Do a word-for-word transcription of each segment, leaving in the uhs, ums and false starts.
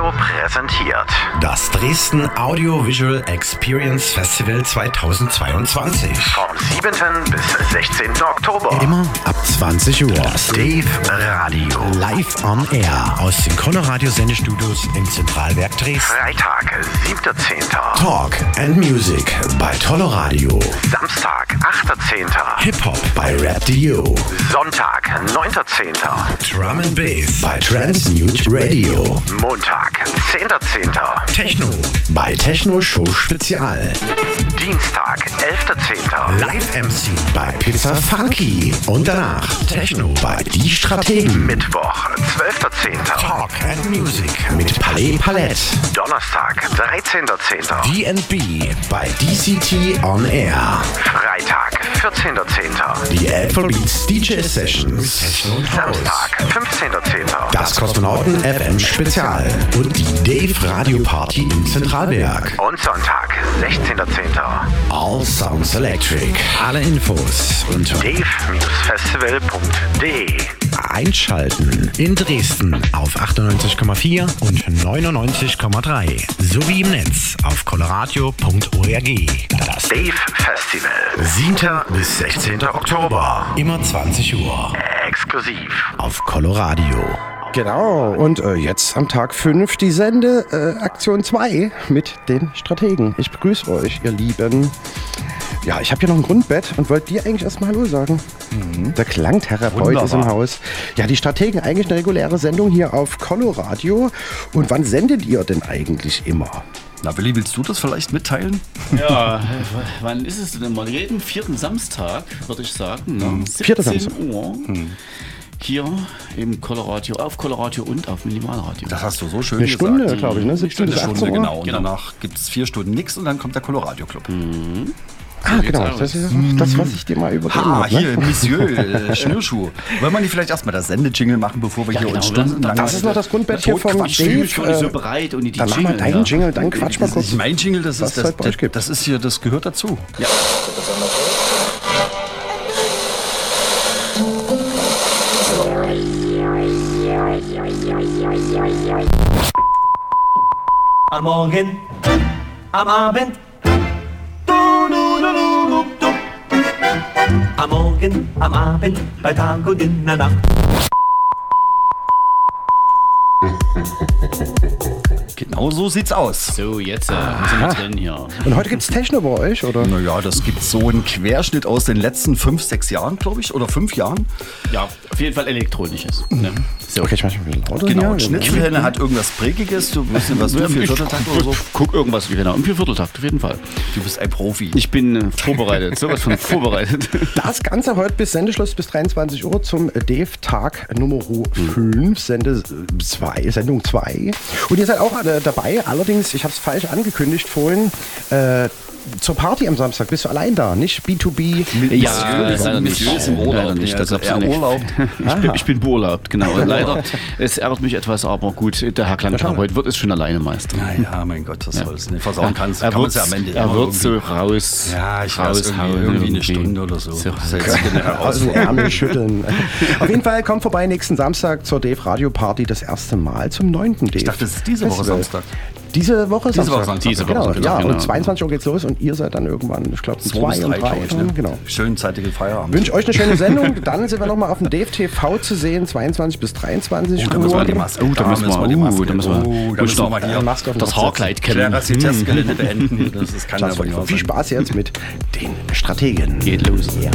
Radio präsentiert das Dresden Audio-Visual Experience Festival zweitausendzweiundzwanzig. Vom siebenten bis sechzehnten Oktober. Immer ab zwanzig Uhr. Das Dave Radio. Live on Air aus den Coloradio Sendestudios im Zentralwerk Dresden. Freitag, siebter zehnter Talk and Music bei Coloradio. Samstag, achter zehnter Hip-Hop bei Rap Dio. Sonntag, neunter zehnter Drum and Bass bei Transmute Radio. Montag, zehnter zehnter Techno bei Techno Show Spezial. Dienstag, elfter zehnter Live-M C bei Pizza Funky. Und danach Techno bei Die Strategen. Mittwoch, zwölfter zehnter Talk and Music mit Palais Palette. Donnerstag, dreizehnter zehnter D and B bei D C T on Air. Freitag, vierzehnter zehnter Die Alphabeats D J Sessions. Techno und House. Samstag, fünfzehnter zehnter Das Kosmonauten F M Spezial. Und die Dave Radio Party im Zentralwerk. Und Sonntag, sechzehnter zehnter All Sounds Electric. Alle Infos unter dave Festival punkt de. Einschalten in Dresden auf achtundneunzig Komma vier und neunundneunzig Komma drei sowie im Netz auf coloradio punkt org. Das Dave Festival. siebter bis sechzehnter Oktober. Immer zwanzig Uhr. Exklusiv Auf Coloradio. Genau, und äh, jetzt am Tag fünf die Sende äh, Aktion zwei mit den Strategen. Ich begrüße euch, ihr Lieben. Ja, ich habe hier noch ein Grundbett und wollte dir eigentlich erstmal Hallo sagen. Mhm. Der Klangtherapeut Wunderbar. Ist im Haus. Ja, die Strategen, eigentlich eine reguläre Sendung hier auf Coloradio. Und wann sendet ihr denn eigentlich immer? Na, Willi, willst du das vielleicht mitteilen? Ja, wann ist es denn immer? Jeden vierten Samstag, würde ich sagen. Ne? Vierter Samstag. Uhr. Hm. Hier im Coloradio, auf Coloradio und auf Minimalradio. Das hast du so schön Eine gesagt. Stunde, glaube ich, ne? Eine Stunde, Stunde genau. Und genau. danach gibt es vier Stunden nichts und dann kommt der Coloradio-Club. Mhm. Ah, genau. Das ist das, was ich dir mal übergeben Ah, habe. hier, Monsieur, äh, Schnürschuh. Wollen wir nicht vielleicht erstmal das Sendejingle machen, bevor wir Ja, hier genau, uns stundenlang... Das ist noch das Grundbett hier vom Ich fühle mich gar nicht Dave. so bereit und die Dann mach mal Jingle, deinen ja. Jingle, dann quatsch mal Das kurz. ist mein Jingle, das Was ist, es das, heute bei euch das, gibt. das ist hier, das gehört dazu. Ja. Am Morgen, am Abend, du, du, du, du, du. Am Morgen, am Abend, bei Tag und in der Nacht. Genau so sieht's aus. So, jetzt äh, sind wir drin hier. Und heute gibt es Techno bei euch, oder? Naja, das gibt so einen Querschnitt aus den letzten fünf, sechs Jahren, glaube ich, oder fünf Jahren. Ja, auf jeden Fall elektronisches. Ne? So. Okay, ich mach mal ein bisschen lauter Genau, hier. und Schnitzelhenne hat irgendwas Prägiges, du weißt nicht, was du für Vierteltakt oder so. Guck irgendwas, genau, im Viervierteltakt, auf jeden Fall. Du bist ein Profi. Ich bin äh, vorbereitet, sowas von vorbereitet. Das Ganze heute bis Sendeschluss bis dreiundzwanzig Uhr zum Dave-Tag Nummer fünf, Sende zwei, Sendung zwei. Und ihr seid auch äh, dabei, allerdings, ich habe es falsch angekündigt vorhin, äh, zur Party am Samstag. Bist du allein da, nicht B zwei B? Ja, Monsieur, leider nicht. Monsieur ist im Urlaub. Leider nicht. Das Also gab's er nicht. Urlaub. Ich bin, ich bin beurlaubt, genau. Leider, es ärgert mich etwas, aber gut, der Herr Klangtherapeut wird es schon alleine meistern. Ja, mein Gott, was soll's. Nicht versauen kannst, Er kann man es wird ja am Ende er immer wird so irgendwie- raus. Ja, ich weiß, irgendwie, raushauen, irgendwie eine Stunde oder so. So. Das ist jetzt eine Aus dem Herausforderung. Ärmel schütteln. Auf jeden Fall kommt vorbei nächsten Samstag zur Dave Radio Party das erste Mal zum neunten Dave. Ich dachte, das ist diese Woche Festival. Samstag. Diese Woche Diese Samstag. Woche Samstag. Diese Woche, Genau, genau, ja, genau. und zweiundzwanzig Uhr geht's los und ihr seid dann irgendwann, ich glaube, um zwei zwei bis und drei, drei. glaube ich. Ne? Genau. Schönen zeitigen Feierabend. Wünsche euch eine schöne Sendung. Dann sind wir nochmal auf dem Dave T V zu sehen, zweiundzwanzig bis dreiundzwanzig Oh, da Uhr. müssen wir die Maske. Oh, da müssen wir, die oh, Maske. da müssen wir, Oh, da müssen wir mal hier Maske auf den das Kopf Haarkleid kennen. das Testgelände beenden. Das ist kein setzen. aber Viel Spaß jetzt mit den Strategen. Geht los. Ja.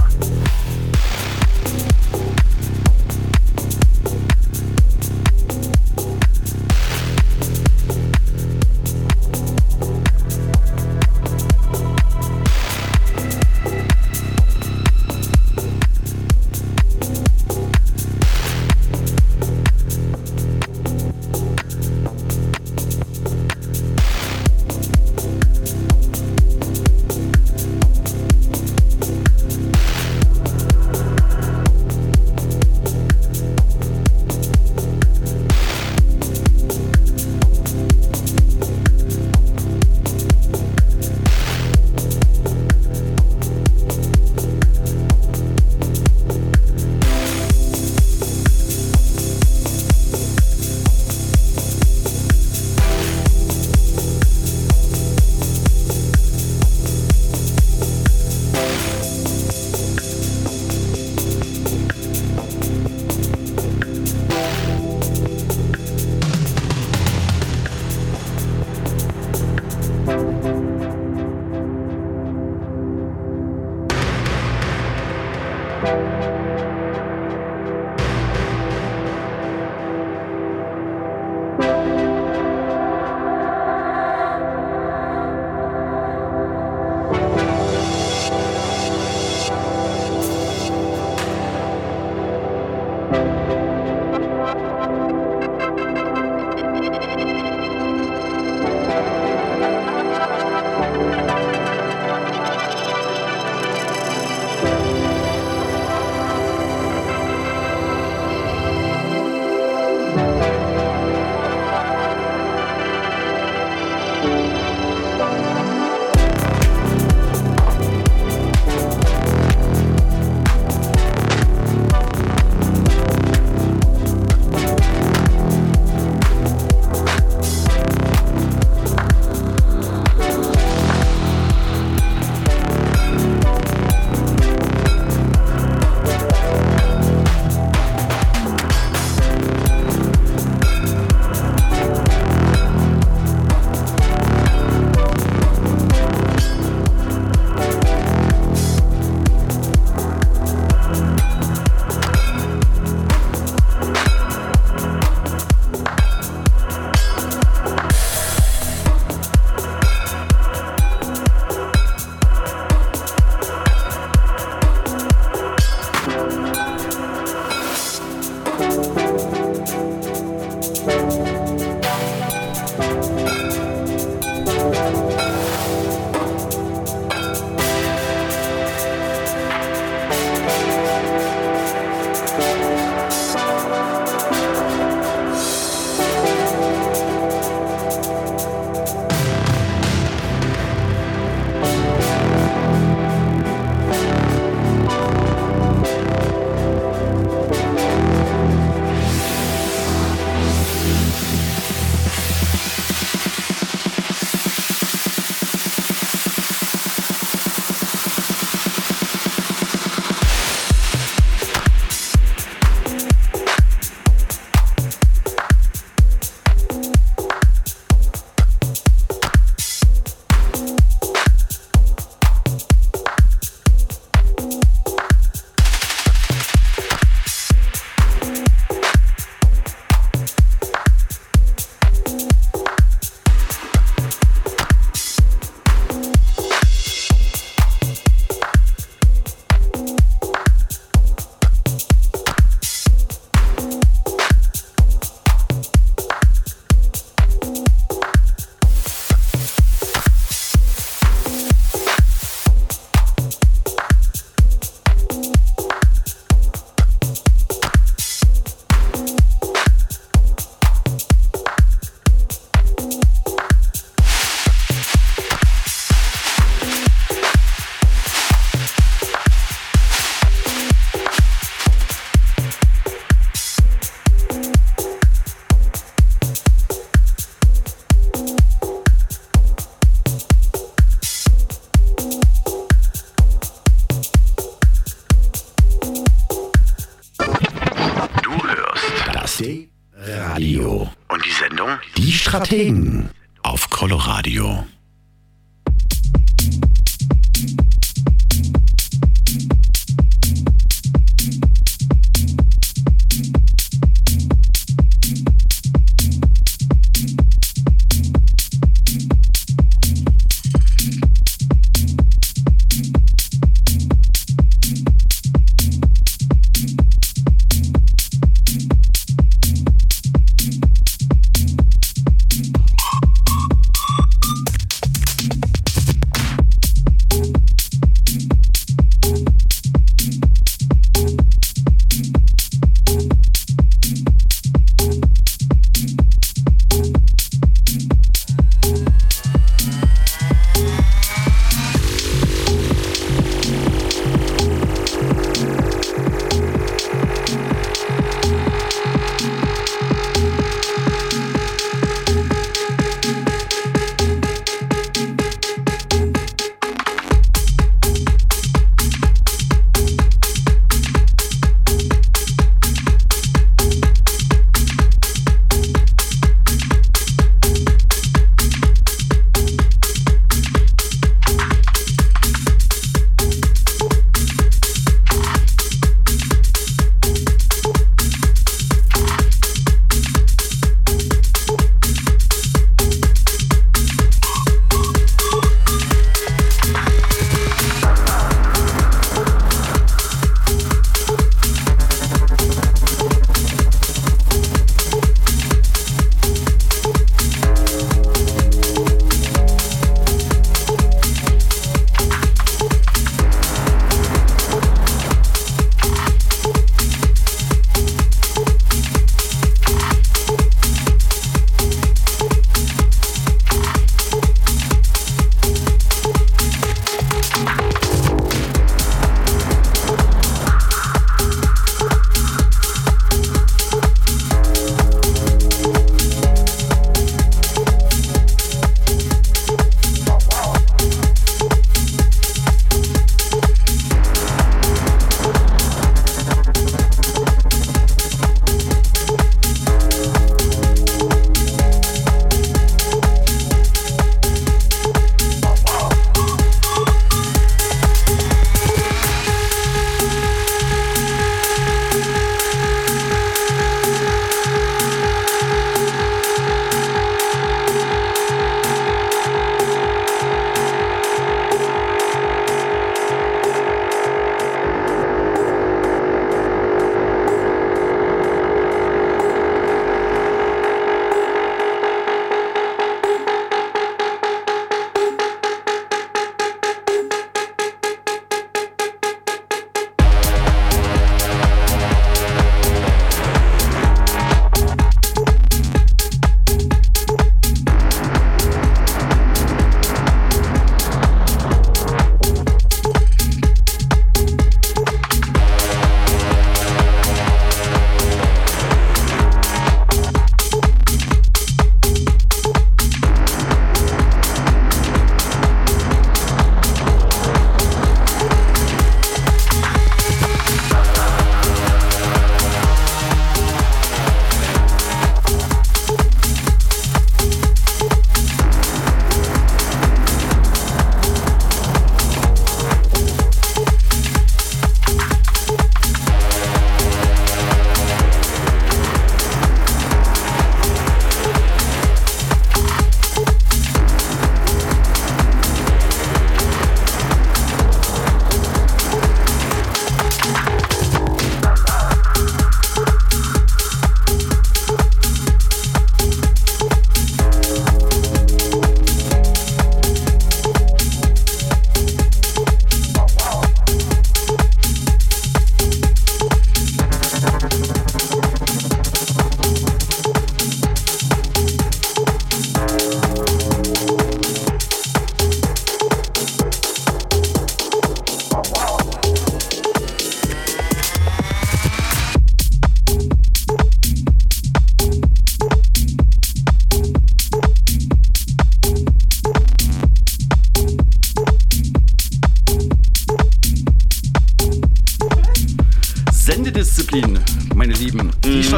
Radio. Und die Sendung? Die Strategen auf Coloradio.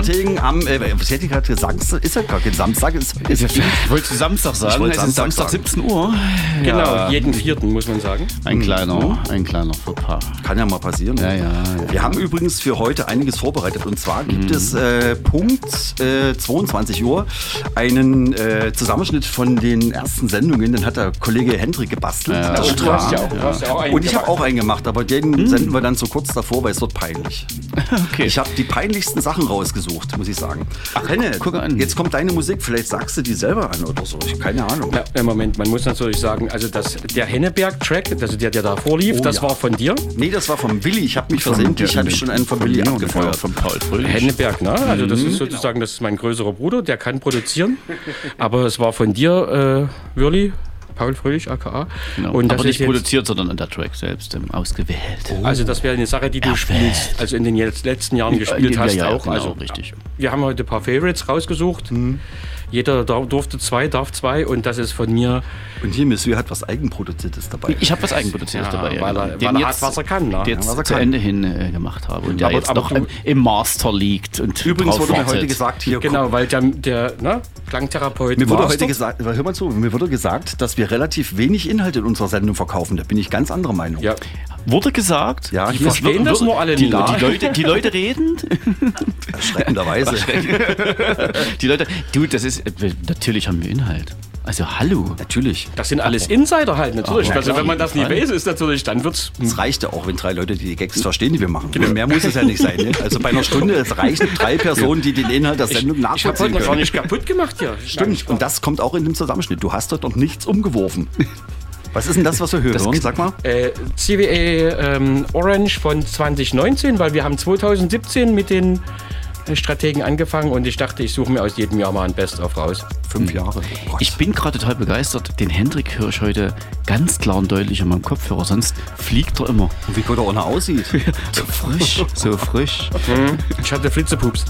Strategen am, äh, was hätte ich gerade gesagt, ist ja gar kein Samstag. Ist, ist, Ich wollte Samstag sagen, wollte es ist Samstag Samstag sagen. siebzehn Uhr. Genau, Ja, jeden vierten, muss man sagen. ein kleiner, ein kleiner Fauxpas. Kann ja mal passieren. Ja, ja, ja. Wir haben übrigens für heute einiges vorbereitet. Und zwar gibt es äh, Punkt äh, zweiundzwanzig Uhr einen äh, Zusammenschnitt von den ersten Sendungen. Den hat der Kollege Hendrik gebastelt. Ja, Das Und du hast ja auch, du hast ja auch einen Und ich habe gemacht. auch einen gemacht, aber den senden wir dann so kurz davor, weil es wird peinlich. Okay. Ich habe die peinlichsten Sachen rausgesucht, muss ich sagen. Ach, Henne, guck an. jetzt kommt deine Musik. Vielleicht sagst du die selber an oder so. Ich keine Ahnung. Ja, im Moment, man muss natürlich sagen, also das, der Henneberg-Track, also der, der da vorlief, Oh, das ja. war von dir. Nee, das war vom Willi. Ich habe mich versehentlich, hatte ich schon einen von Willi abgefeuert. Von Paul Fröhlich. Henneberg, ne? Also das ist sozusagen, das ist mein größerer Bruder, der kann produzieren. Aber es war von dir, äh, Würli, Paul Fröhlich, aka. Genau. Und das Aber ist nicht jetzt, produziert, sondern in der Track selbst ähm, ausgewählt. also das wäre eine Sache, die du Erwählt. spielst, also in den jetzt letzten Jahren gespielt ja, hast ja, auch. genau, Also richtig. wir haben heute ein paar Favorites rausgesucht. Jeder da- durfte zwei, darf zwei und das ist von mir, Und hier, Monsieur hat was Eigenproduziertes dabei. Ich habe was Eigenproduziertes Ja, dabei. weil er- Den weil er jetzt- hat, was er kann, ne? den Jetzt was er zu kann. Ende hin äh, gemacht habe. Und der Aber- jetzt aber noch du- im, im Master liegt. Und Übrigens drauf wurde mir wartet. heute gesagt, hier genau, weil der, der ne, Klangtherapeut Mir wurde Master- heute gesagt, hör mal zu, mir wurde gesagt, dass wir relativ wenig Inhalt in unserer Sendung verkaufen. Da bin ich ganz anderer Meinung. Ja, Wurde gesagt. Ja, die ich verstehen das nur alle die, nicht. die, Leute, die Leute reden. erschreckenderweise. Die Leute. Du, das ist. äh, Natürlich haben wir Inhalt. Also hallo. Natürlich. Das sind alles Insider halt, natürlich. Ja, also klar, wenn man das nicht auf jeden weiß, ist natürlich, dann wird's. Es reicht ja auch, wenn drei Leute die Gags verstehen, die wir machen. Mehr muss es ja nicht sein. Ne? Also bei einer Stunde, es reichen drei Personen, die den Inhalt der Sendung Ich habe nachvollziehen heute noch gar können. nicht kaputt gemacht hier. Stimmt. Und das kommt auch in dem Zusammenschnitt. Du hast dort noch nichts umgeworfen. Was ist denn das, was wir hören? Sag mal. Äh, C W A ähm, Orange von zwanzig neunzehn, weil wir haben zwanzig siebzehn mit den äh, Strategen angefangen und ich dachte, ich suche mir aus jedem Jahr mal ein Best-of raus. Fünf Jahre. Oh Gott. Ich bin gerade total begeistert. Den Hendrik höre ich heute ganz klar und deutlich in meinem Kopfhörer. Sonst fliegt er immer. Wie gut er auch noch aussieht. So frisch. So frisch. Ich hatte Flitzepups.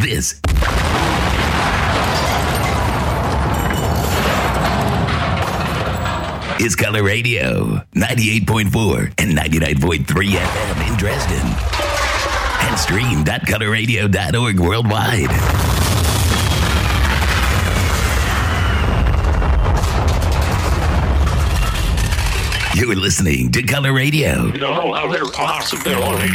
This is Color Radio, ninety-eight point four and ninety-nine point three F M in Dresden. And stream dot color radio dot org worldwide. You're listening to Color Radio. No, a little possibility.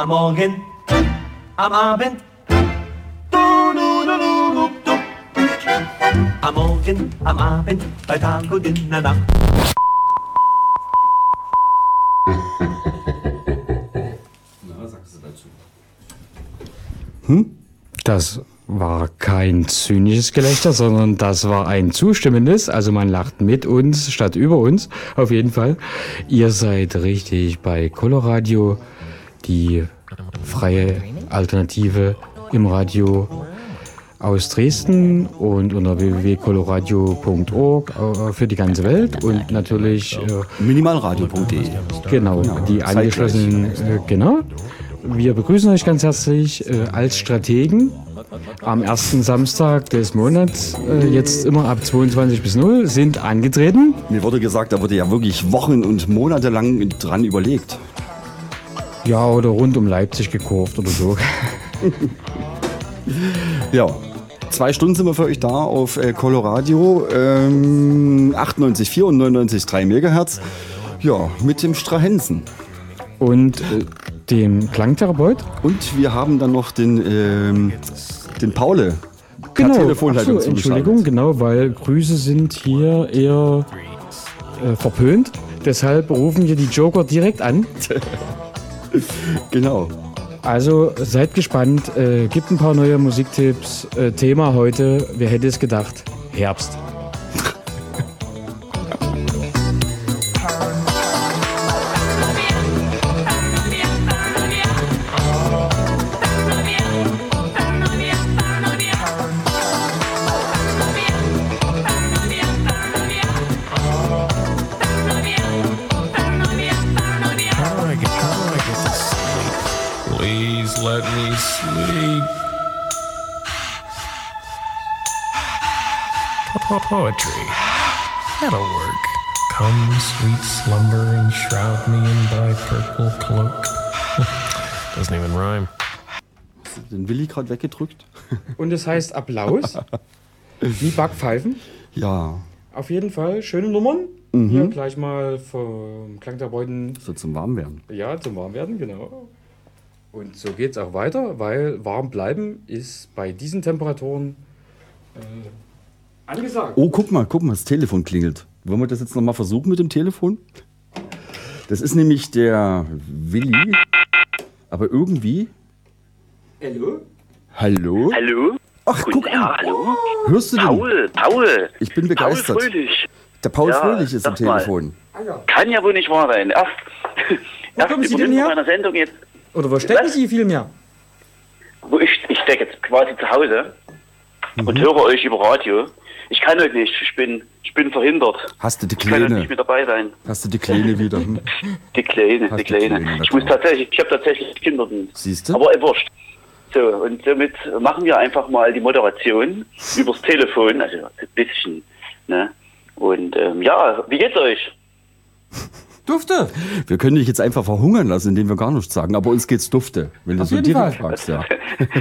am Morgen, am Abend, du, du, du, du, du, du. Am Morgen, am Abend, bei Tag und in der Nacht. Was sagst du dazu? Hm? Das war kein zynisches Gelächter, sondern das war ein zustimmendes. Also man lacht mit uns statt über uns, auf jeden Fall. Ihr seid richtig bei Coloradio, die freie Alternative im Radio aus Dresden und unter w w w punkt coloradio punkt org für die ganze Welt und natürlich äh, minimalradio punkt de. Genau, ja, die angeschlossenen, äh, genau. Wir begrüßen euch ganz herzlich äh, als Strategen am ersten Samstag des Monats, äh, jetzt immer ab zweiundzwanzig bis null, sind angetreten. Mir wurde gesagt, da wurde ja wirklich Wochen und Monate lang dran überlegt. Ja, oder rund um Leipzig gekurvt oder so. Ja, zwei Stunden sind wir für euch da auf äh, Coloradio, ähm, achtundneunzig Komma vier und neunundneunzig Komma drei Megahertz. Ja, mit dem Strahensen. Und äh, dem Klangtherapeut. Und wir haben dann noch den, ähm, den Paule. Genau, Telefonleitung ach so, Entschuldigung, genau, weil Grüße sind hier eher äh, verpönt. Deshalb rufen wir die Joker direkt an. Genau. Also seid gespannt, äh, gibt ein paar neue Musiktipps. Äh, Thema heute, wer hätte es gedacht? Herbst. Let me sleep. Poetry. That'll work. Come, sweet slumber, and shroud me in thy purple cloak. Doesn't even rhyme. Hast du den Willi gerade weggedrückt? Und es heißt Applaus. Wie Backpfeifen. Ja. Auf jeden Fall schöne Nummern. Mhm. Hier gleich mal vom Klangtherapeuten. So zum Warmwerden. Ja, zum Warmwerden, genau. Und so geht es auch weiter, weil warm bleiben ist bei diesen Temperaturen äh, angesagt. Oh, guck mal, guck mal, das Telefon klingelt. Wollen wir das jetzt nochmal versuchen mit dem Telefon? Das ist nämlich der Willi. Aber irgendwie... Hallo? Hallo? Hallo? Ach, Guten guck Tag, an. hallo? Hörst du den? Paul, Paul. Ich bin begeistert. Paul Fröhlich. Der Paul Ja, Fröhlich ist am sag mal. Telefon. Kann ja wohl nicht wahr sein. Erst, erst kommen Sie übernimmt denn her? meiner Sendung jetzt. Oder wo stecken Sie vielmehr? Wo ich, ich stecke jetzt quasi zu Hause Mhm. und höre euch über Radio. Ich kann heute nicht. Ich bin, ich bin verhindert. Hast du die Ich kann heute Kleine? nicht mit dabei sein. Hast du die Kleine wieder? Hm? Die Kleine, Hast die die Kleine. Kleine, na Ich muss klar. tatsächlich, ich habe tatsächlich Kinderdienst. Siehst du? Aber äh, wurscht. So, und somit machen wir einfach mal die Moderation übers Telefon, also ein bisschen, ne? Und ähm, ja, wie geht's euch? Dufte! Wir können dich jetzt einfach verhungern lassen, indem wir gar nichts sagen. Aber uns geht's dufte, wenn du Auf so jeden direkt Fall. fragst. Ja.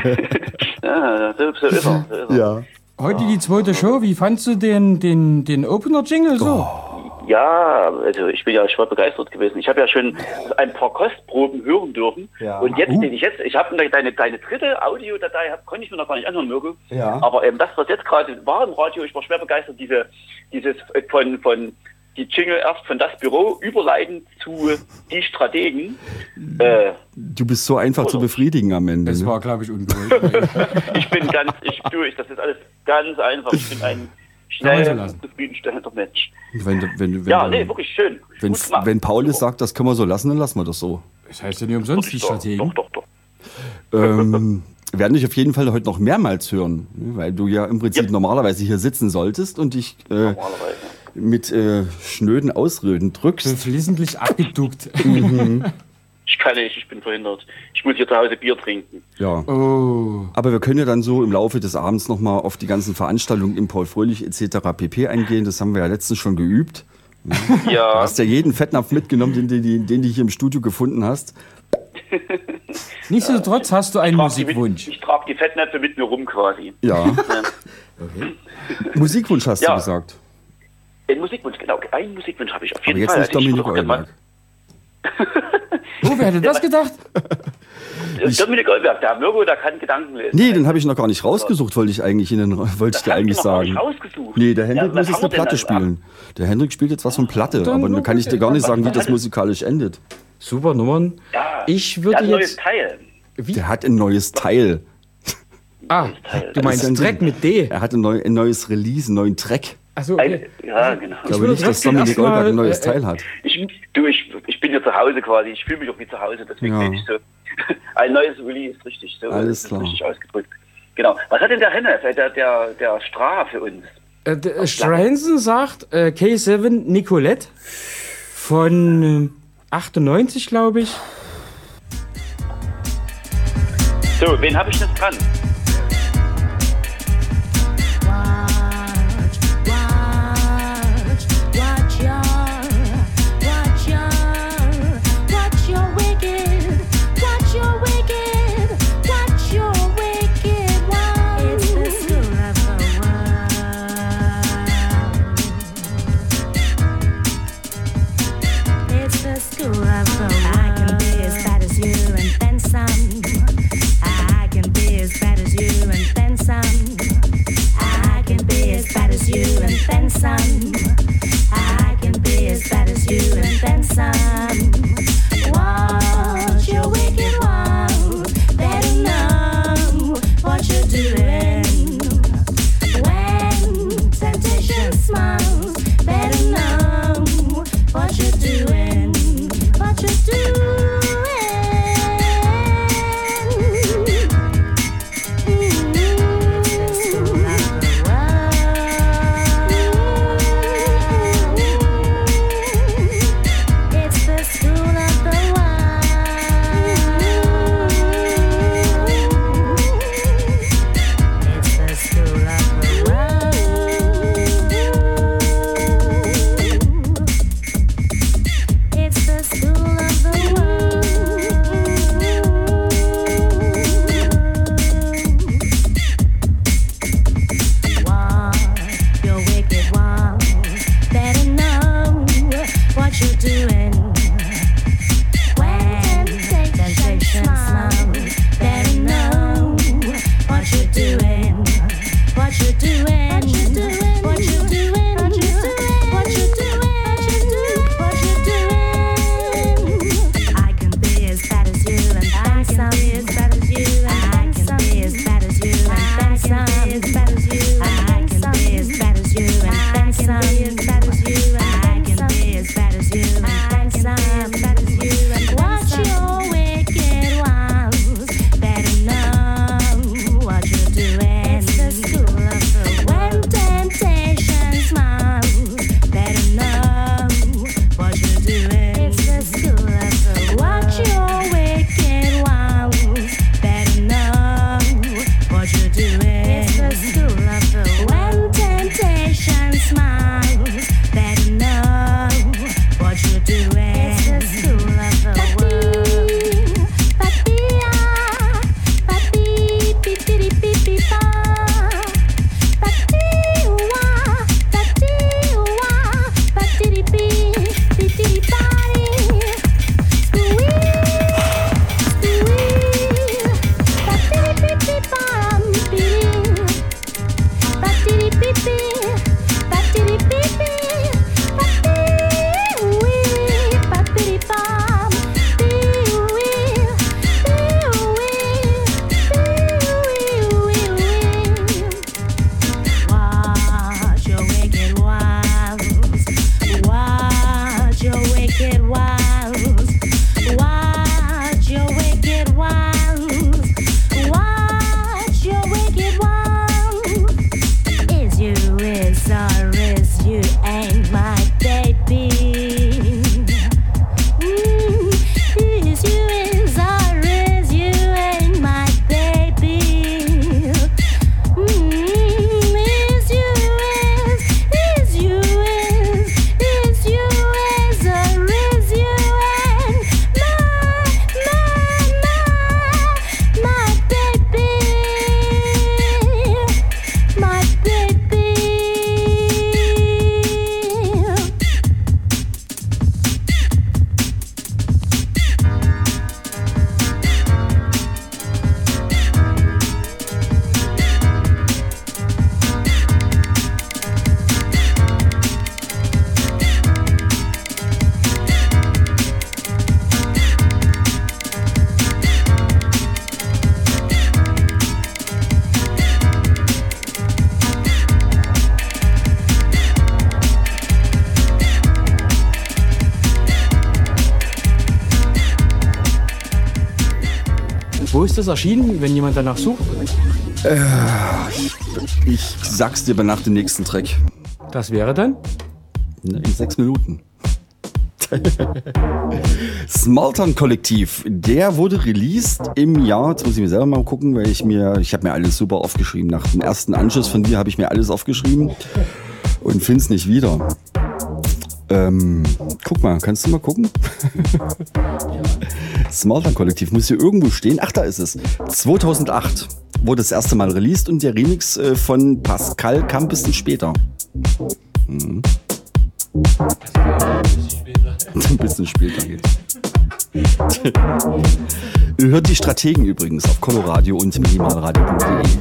Ja, so, so ist er. So ist er. Ja. Heute die zweite Show. Wie fandst du den, den, den Opener-Jingle so? Ja, also ich bin ja schwer begeistert gewesen. Ich habe ja schon ein paar Kostproben hören dürfen. Ja. Und jetzt, Uh. den ich jetzt, ich habe deine, deine dritte Audiodatei, hab, konnte ich mir noch gar nicht anhören, Mirko. Ja. Aber ähm, das, was jetzt gerade war im Radio, ich war schwer begeistert, diese, dieses äh, von, von die Jingle erst von das Büro überleiten zu die Strategen. Äh, Du bist so einfach zu befriedigen am Ende. Das ne? war, glaube ich, ungewollt. ich bin ganz, ich tue ich, das ist alles ganz einfach. Ich bin ein Kann man so schnell lassen. zufriedenstellender Mensch. Wenn, du- wenn, du- wenn, Ja, du- nee, wirklich schön. wenn, Gut gemacht. wenn Paul es sagt, das können wir so lassen, dann lassen wir das so. Das heißt ja nicht umsonst die Doch, Strategen. doch, doch, doch. Ähm, wir werden dich auf jeden Fall heute noch mehrmals hören, ne, weil du ja im Prinzip Ja. normalerweise hier sitzen solltest und dich äh, Normalerweise. mit äh, schnöden Ausreden drückst. Beflissentlich abgeduckt. Ich kann nicht, ich bin verhindert. Ich muss hier zu Hause Bier trinken. Ja. Oh. Aber wir können ja dann so im Laufe des Abends nochmal auf die ganzen Veranstaltungen im Paul Fröhlich et cetera pp. eingehen. Das haben wir ja letztens schon geübt. Du Ja, hast ja jeden Fettnapf mitgenommen, den, den, den du hier im Studio gefunden hast. Nichtsdestotrotz hast du einen trag die Musikwunsch. Mit, ich trage die Fettnäpfe mit mir rum quasi. Ja. Musikwunsch hast Ja. du gesagt. Ein Musikwunsch, genau. Einen Musikwunsch habe ich auf Aber jeden jetzt Fall. nicht Also ich Dominik würde auch gerne Eulenberg. mal- Oh, wer hätte das gedacht? Dominik Eulberg, der Mirko, der kann Gedanken lesen. Nee, den habe ich noch gar nicht rausgesucht, wollte ich eigentlich Ihnen, wollte ich dir eigentlich hast du noch gar sagen. nicht rausgesucht. Nee, der Hendrik Ja, was muss jetzt haben eine wir denn Platte dann? spielen. Der Hendrik spielt jetzt was von Platte, Dann aber dann kann ich dir gar nicht sagen, wie was das hat er? musikalisch endet. Super Nummern. Ja, Ich der würde hat ein neues jetzt. Teil. Wie? Der hat ein neues Teil. Ah, du Das ist meinst ein Dreck Sinn. mit D. Er hat ein, neu, ein neues Release, einen neuen Track. Achso, Ein, okay. ja, genau. Ich glaube würde nicht, dass trotzdem Dominik erstmal, Eulberg ein neues äh, Teil hat. Ich, du, ich, ich bin ja zu Hause quasi. Ich fühle mich auch wie zu Hause. Deswegen Ja. bin ich so. Ein neues Release, richtig. So Alles ist klar. richtig ausgedrückt. Genau. Was hat denn der Hennef, äh, der, der, der Stra für uns? Äh, der, äh, Strahanson sagt äh, K sieben Nicolette von äh, achtundneunzig, glaube ich. So, wen habe ich jetzt dran? It's ist das erschienen, wenn jemand danach sucht? Äh, ich sag's dir nach dem nächsten Track. Das wäre dann? In sechs Minuten. Smalltown Kollektiv, der wurde released im Jahr, jetzt muss ich mir selber mal gucken, weil ich mir, ich habe mir alles super aufgeschrieben. Nach dem ersten Anschluss von dir habe ich mir alles aufgeschrieben und finde es nicht wieder. Ähm, guck mal, kannst du mal gucken? Smalltown Kollektiv muss hier irgendwo stehen. Ach, da ist es. zweitausendacht wurde das erste Mal released und der Remix äh, von Pascal kam ein bisschen später. Mhm. Ein bisschen später geht's. Ihr hört die Strategen übrigens auf Coloradio und minimalradio punkt de.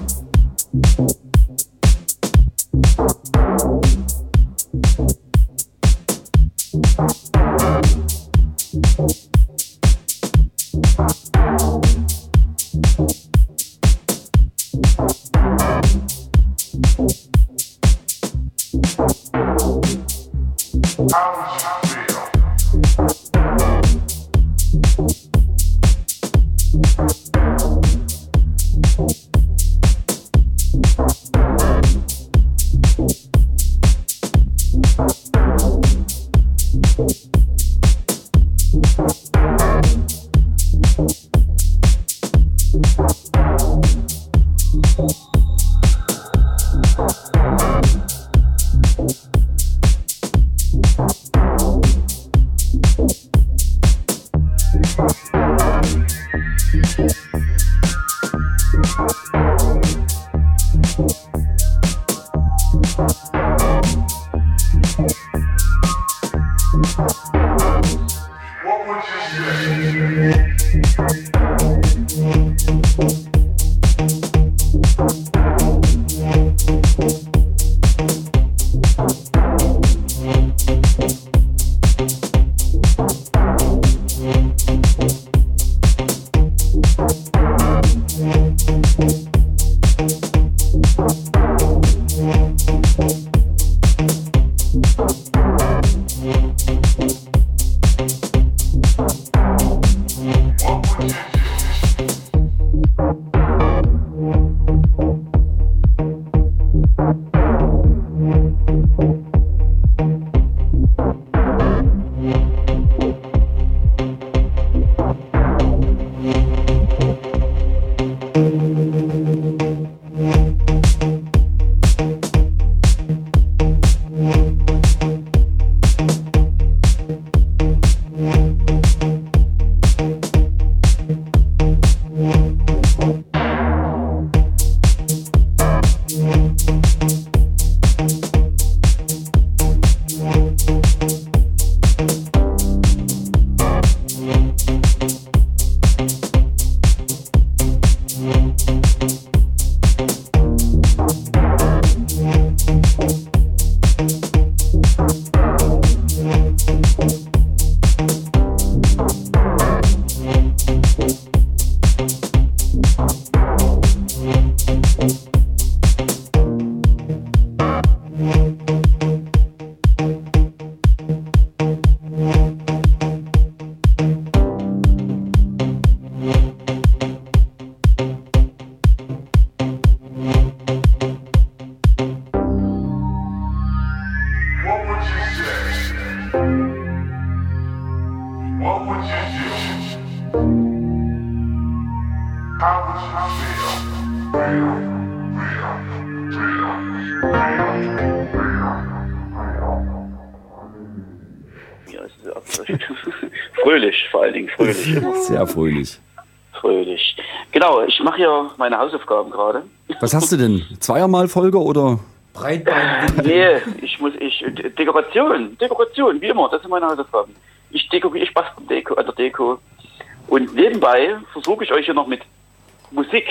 Fröhlich, vor allen Dingen fröhlich. Sehr fröhlich. Fröhlich. Genau, ich mache hier meine Hausaufgaben gerade. Was hast du denn? Zweiermal-Folge oder? Breitbein. Nee, ich muss, ich, Dekoration, Dekoration, wie immer, das sind meine Hausaufgaben. Ich dekoriere, ich bastel Deko, an der Deko. Und nebenbei versuche ich euch hier noch mit Musik.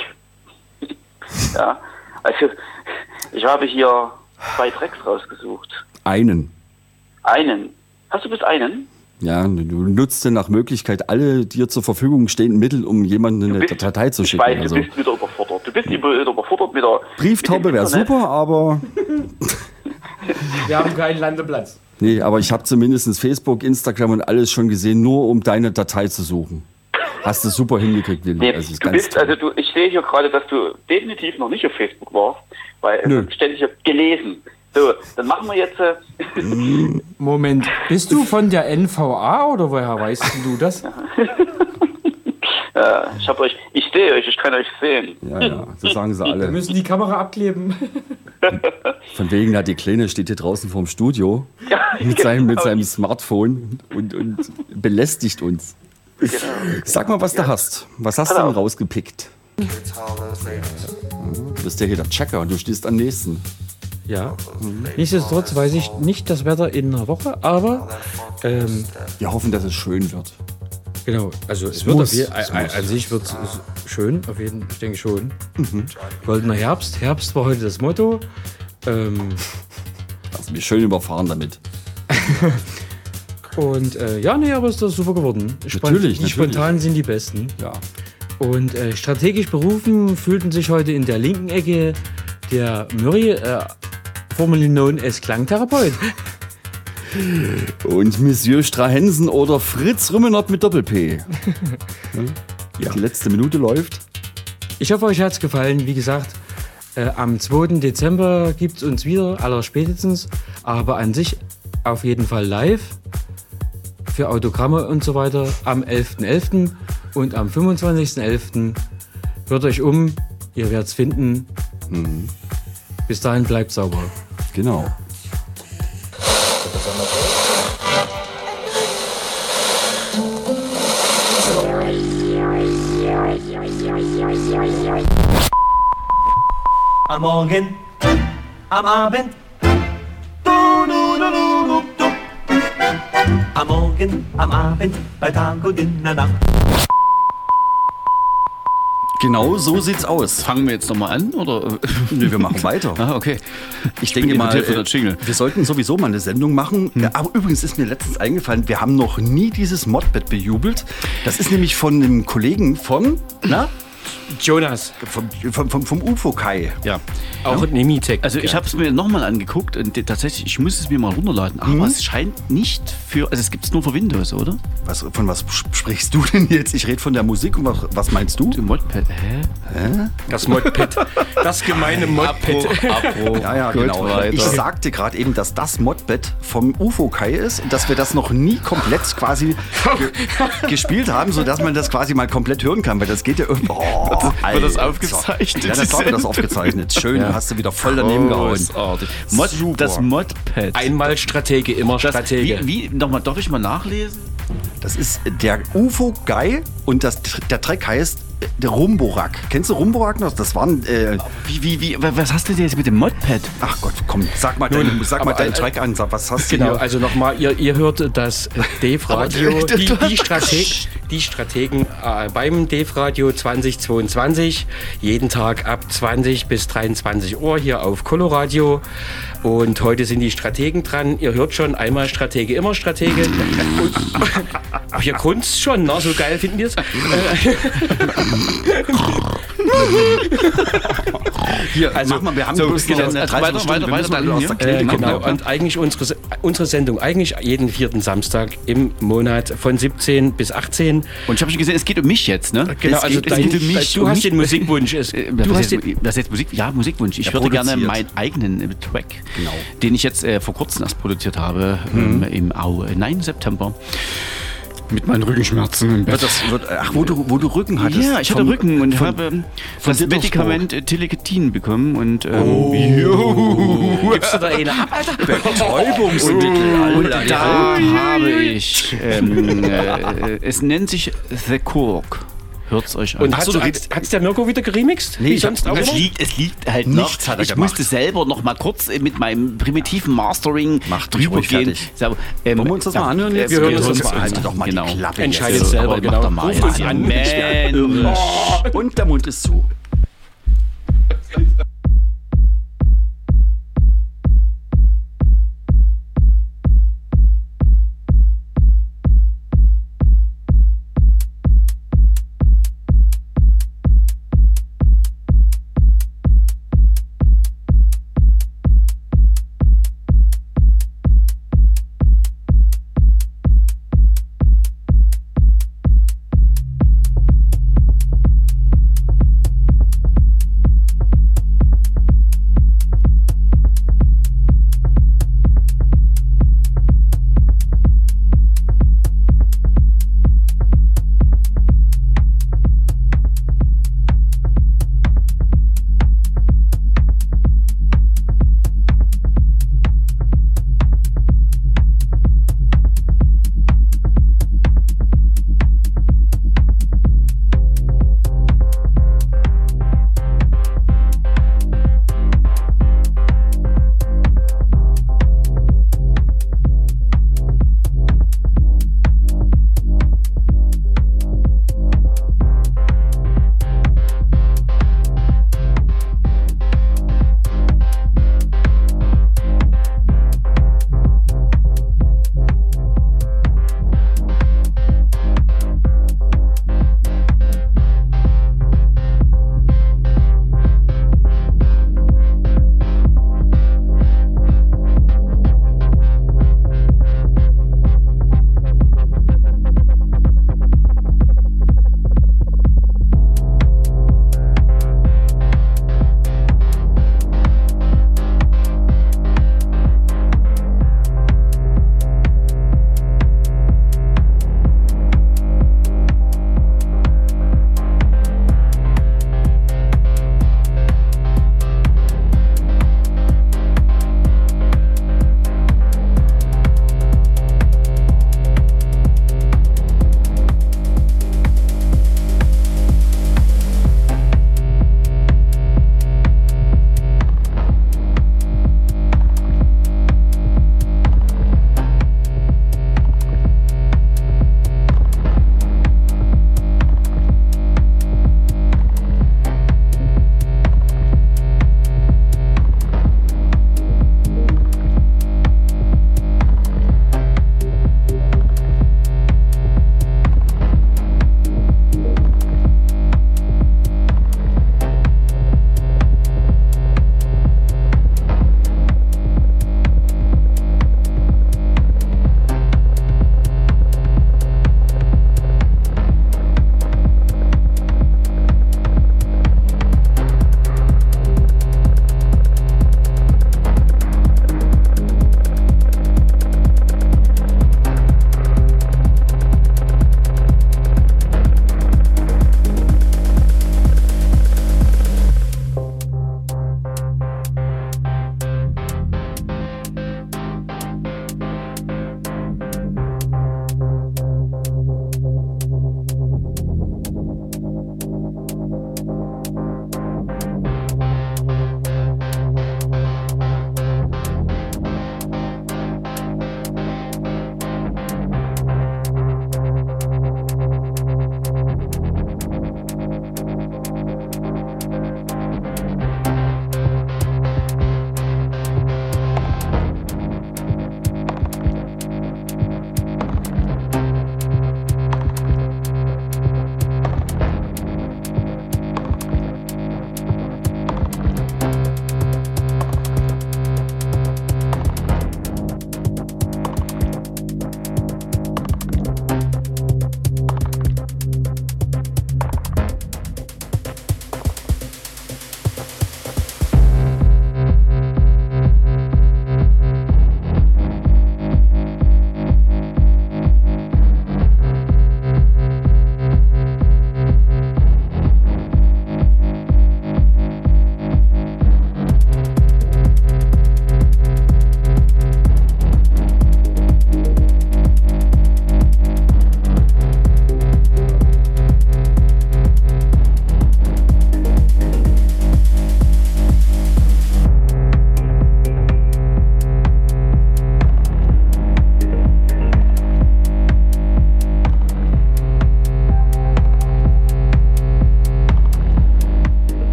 Ja, also ich habe hier zwei Tracks rausgesucht. Einen. Einen. Hast du bis einen? Ja, du nutzt dann nach Möglichkeit alle dir zur Verfügung stehenden Mittel, um jemandem eine bist, Datei zu schicken. Ich weiß, also. du bist wieder überfordert. Du bist wieder überfordert mit der... Brieftaube wäre super, aber... Wir haben keinen Landeplatz. Nee, aber ich habe zumindest Facebook, Instagram und alles schon gesehen, nur um deine Datei zu suchen. Hast du super hingekriegt, Willi. Nee, also, ist du ganz bist, toll. also du, ich sehe hier gerade, dass du definitiv noch nicht auf Facebook warst, weil Nö. es wird ständig gelesen. So, dann machen wir jetzt. Äh, Moment, bist du von der N V A oder woher weißt du das? äh, ich hab euch, ich sehe euch, ich kann euch sehen. Ja, ja, so sagen sie alle. Wir müssen die Kamera abkleben. Von wegen, da die Kleine steht hier draußen vorm Studio Ja, mit, seinem, mit genau. seinem Smartphone und, und belästigt uns. Genau. Sag mal, was du hast. Was hast du Pass denn auf. rausgepickt? Du bist ja hier der Checker und du stehst am nächsten. Ja. Nichtsdestotrotz weiß ich nicht das Wetter in einer Woche, aber ähm, Wir hoffen, dass es schön wird. genau, also es Es wird muss, auf je, es an, muss. an sich wird es schön, auf jeden Fall, ich denke schon. Goldener Herbst, Herbst war heute das Motto. Ähm, Also wir schön überfahren damit. und äh, ja, nee, aber es ist doch super geworden. Spon- Natürlich, Die natürlich. Spontanen sind die besten. Ja. Und äh, strategisch berufen fühlten sich heute in der linken Ecke der Murray, äh, formerly known as Klangtherapeut. Und Monsieur Strahensen oder Fritz Rümmenert mit Doppel-P. Ja. Die letzte Minute läuft. Ich hoffe, euch hat es gefallen. Wie gesagt, äh, am zweiten Dezember gibt es uns wieder, allerspätestens. Aber an sich auf jeden Fall live. Für Autogramme und so weiter am elften elften und am fünfundzwanzigsten elften Hört euch um, ihr werdet es finden. Bis dahin bleibt sauber. Genau. Am Morgen, am Abend. Du, du, du, du, du, du. Am Morgen, am Abend, bei Tag und in der Nacht. Genau so sieht's aus. Fangen wir jetzt nochmal an, oder? Nee, wir machen weiter. Ah, okay. Ich bin denke mal, irritiert von der äh, Jingle. wir sollten sowieso mal eine Sendung machen. Ja, aber übrigens ist mir letztens eingefallen, wir haben noch nie dieses Modbett bejubelt. Das ist nämlich von einem Kollegen von, na? Jonas, Vom, vom, vom, vom U F O Kai. Ja. auch ein Nemitech. Also ich habe es mir nochmal angeguckt und die- tatsächlich, ich muss es mir mal runterladen. Aber es scheint nicht für, also es gibt es nur für Windows, oder? Was, von was sp- sprichst du denn jetzt? Ich rede von der Musik und was, was meinst du? Im Modpad. Hä? Das Modpad. Das gemeine Modpad. Ja, ja, Gut, genau. weiter. Ich sagte gerade eben, dass das Modbett vom U F O Kai ist und dass wir das noch nie komplett quasi ge gespielt haben, sodass man das quasi mal komplett hören kann, weil das geht ja irgendwie. Oh, Wird das Alter. aufgezeichnet? Ja, das wird das aufgezeichnet. Schön, hast du wieder voll daneben gehauen. Großartig. Mod, Super. das Modpad. Einmal Stratege, immer das, Stratege. wie, wie, nochmal, darf ich mal nachlesen? Das ist der U F O Guy und das, der Track heißt äh, der Rumborak. Kennst du Rumborak noch? Das waren. Äh, Wie, wie, wie, was hast du denn jetzt mit dem Modpad? ach Gott, komm, sag mal, deinen, sag mal aber, deinen äh, Track an. Sag, was hast du Genau, hier? also nochmal, ihr, ihr hört das Dave-Radio, Aber du- die, du- die, Strateg, die Strategen äh, beim Dave-Radio zwanzig zweiundzwanzig, jeden Tag ab zwanzig bis dreiundzwanzig Uhr hier auf Coloradio. Und heute sind die Strategen dran. Ihr hört schon, einmal Stratege, immer Stratege. Und, ach, ihr grunzt schon, na, so geil finden wir es. Hier, also- mach mal, wir haben so, bloß noch genau, eine also Dreiviertelstunde. weiter, weiter, Wir müssen weiter, mal aus dann der hier. Kälte Äh, kommen. genau, und eigentlich unsere, unsere Sendung, eigentlich jeden vierten Samstag im Monat von siebzehn bis achtzehn. Und ich habe schon gesehen, es geht um mich jetzt, ne? Genau, es also geht, dein, es geht um mich. du um hast mich. den Musikwunsch. Es, Äh, du was, hast jetzt, den, was jetzt Musik? Ja, Musikwunsch. Ich Ja, würde gerne produziert. meinen eigenen äh, Track, Genau. den ich jetzt äh, vor kurzem erst produziert habe, ähm, im Au, äh, nein, September. Mit meinen Rückenschmerzen im Wird das, wird, ach, wo du, wo du Rücken hattest. Ja, ich hatte Vom- Rücken und von- habe ähm, von das Dittersburg. Medikament äh, Teleketin bekommen und ähm, Oh. gibst du da eine ab, Alter? Betäubungsmittel, Und Alter. da habe ich, ähm, äh, es nennt sich The Cork. Hört's euch an. Und Ach hat so, du es der Mirko wieder geremixed? Nee, Wie ich hab- sonst auch Es immer? liegt, es liegt halt Nichts noch. hat er ich gemacht. musste selber noch mal kurz äh, mit meinem primitiven Mastering Macht mich drüber ruhig gehen. fertig. So, ähm, Wollen wir uns das ja, mal anhören jetzt? Wir hören uns hören das mal an. Halt doch mal Genau. die Klappe. Entscheidet jetzt. selber, Aber genau. mach doch mal Ruf uns jetzt. an. Mensch. Und der Mund ist zu.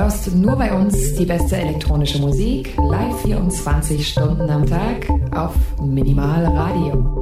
hörst nur bei uns die beste elektronische Musik, live vierundzwanzig Stunden am Tag auf Minimal Radio.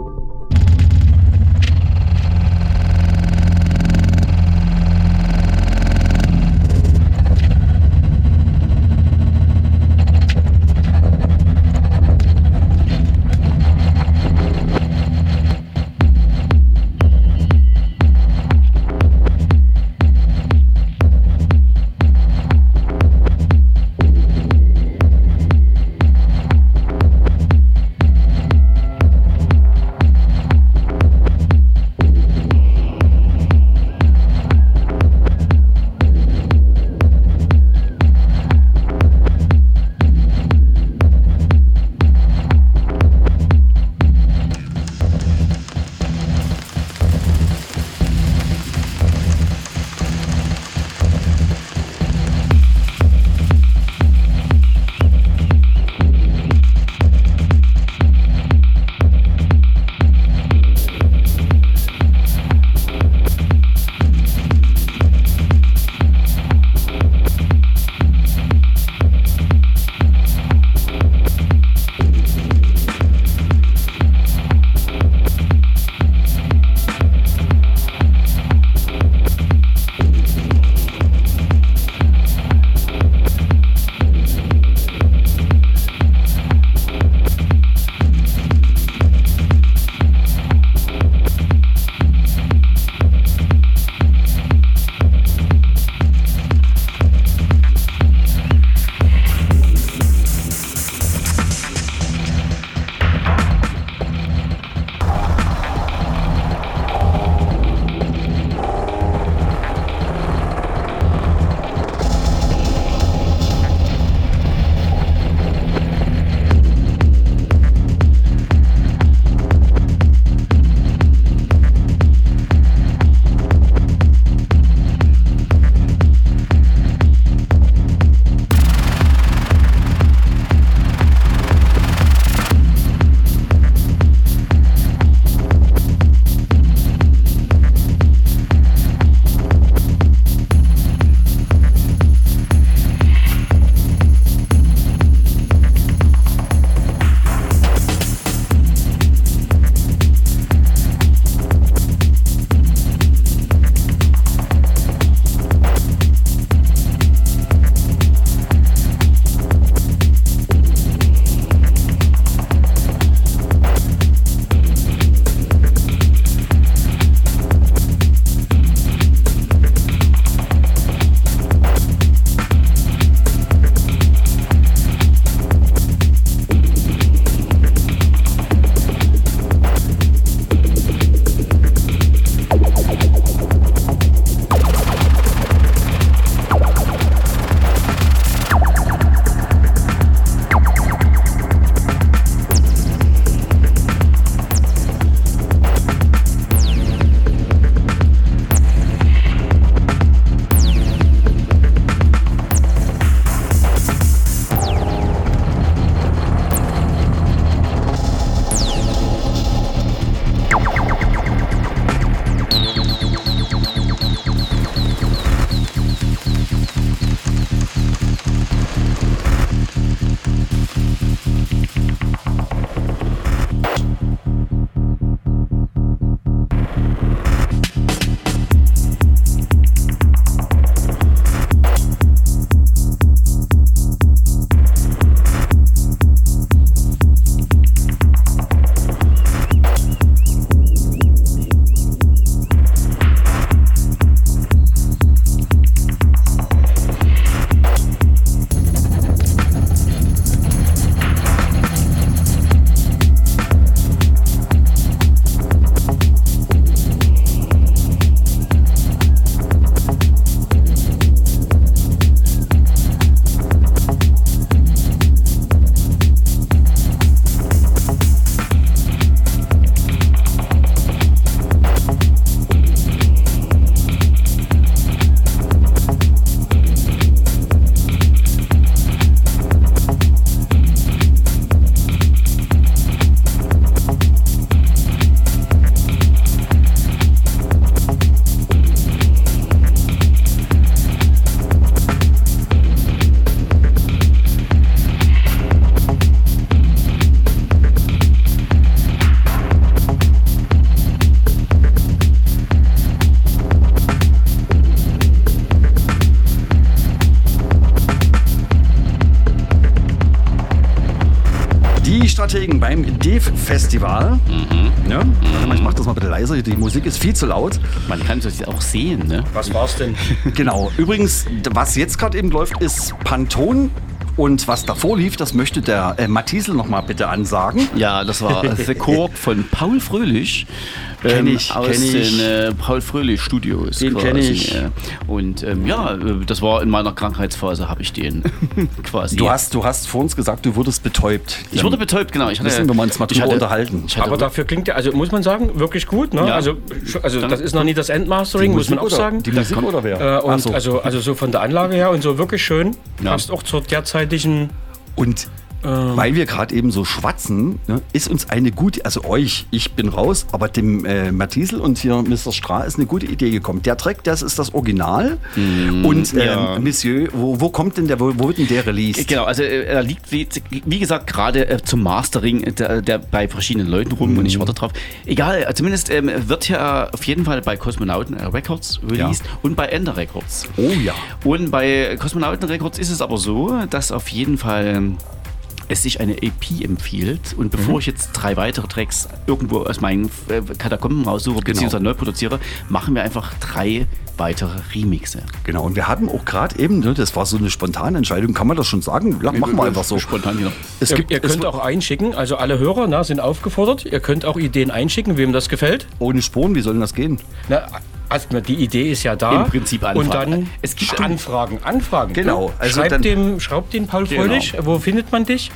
Strategen beim Dave-Festival. Mhm. Ja? Mhm. Ich mach das mal bitte leiser, die Musik ist viel zu laut. Man kann es auch sehen, ne? Was war's denn? Genau. Übrigens, was jetzt gerade eben läuft, ist Pantone. Und was davor lief, das möchte der äh, Mathiesel noch mal bitte ansagen. Ja, das war The Chord von Paul Fröhlich. Kenn ich, ähm, aus kenn ich. den äh, Paul Fröhlich Studios. Den kenne ich. Äh, und ähm, ja, das war in meiner Krankheitsphase, habe ich den quasi. Du hast, du hast vor uns gesagt, du wurdest betäubt. Ich wurde betäubt, genau. Ich hatte, müssen wir mal uns mal drüber hatte, unterhalten. Aber dafür klingt der, also muss man sagen, wirklich gut. Ne? Ja. Also, also das ist noch nie das Endmastering, muss man auch oder, sagen. Die Musik oder wer? Äh, und so. also, also so von der Anlage her und so wirklich schön. Ja. Passt auch zur derzeitigen... Und weil wir gerade eben so schwatzen, ne, ist uns eine gute, also euch, ich bin raus, aber dem äh, Mathiesel und hier Mister Stra ist eine gute Idee gekommen. Der Track, das ist das Original. Mm, und ähm, ja. Monsieur, wo, wo kommt denn der, wo, wo wird denn der released? Genau, also er liegt, wie, wie gesagt, gerade äh, zum Mastering der, der bei verschiedenen Leuten rum mm. und ich warte drauf. Egal, zumindest ähm, wird ja auf jeden Fall bei Kosmonauten Records released ja. und bei Ender Records. Oh ja. Und bei Kosmonauten Records ist es aber so, dass auf jeden Fall es sich eine E P empfiehlt. Und bevor mhm. ich jetzt drei weitere Tracks irgendwo aus meinen äh, Katakomben raussuche, genau. beziehungsweise neu produziere, machen wir einfach drei weitere Remixe. Genau, und wir haben auch gerade eben, ne, das war so eine spontane Entscheidung, kann man das schon sagen? Ja, machen wir einfach so. Spontan, genau. Es gibt, ihr könnt auch einschicken, also alle Hörer na, sind aufgefordert, ihr könnt auch Ideen einschicken, wem das gefällt. Ohne Spuren, wie soll denn das gehen? Na, also die Idee ist ja da. Im Prinzip Anfragen. Und dann es gibt Anfragen, Anfragen. Genau. Also schreib, dem, schraub den Paul genau. Fröhlich, wo findet man dich?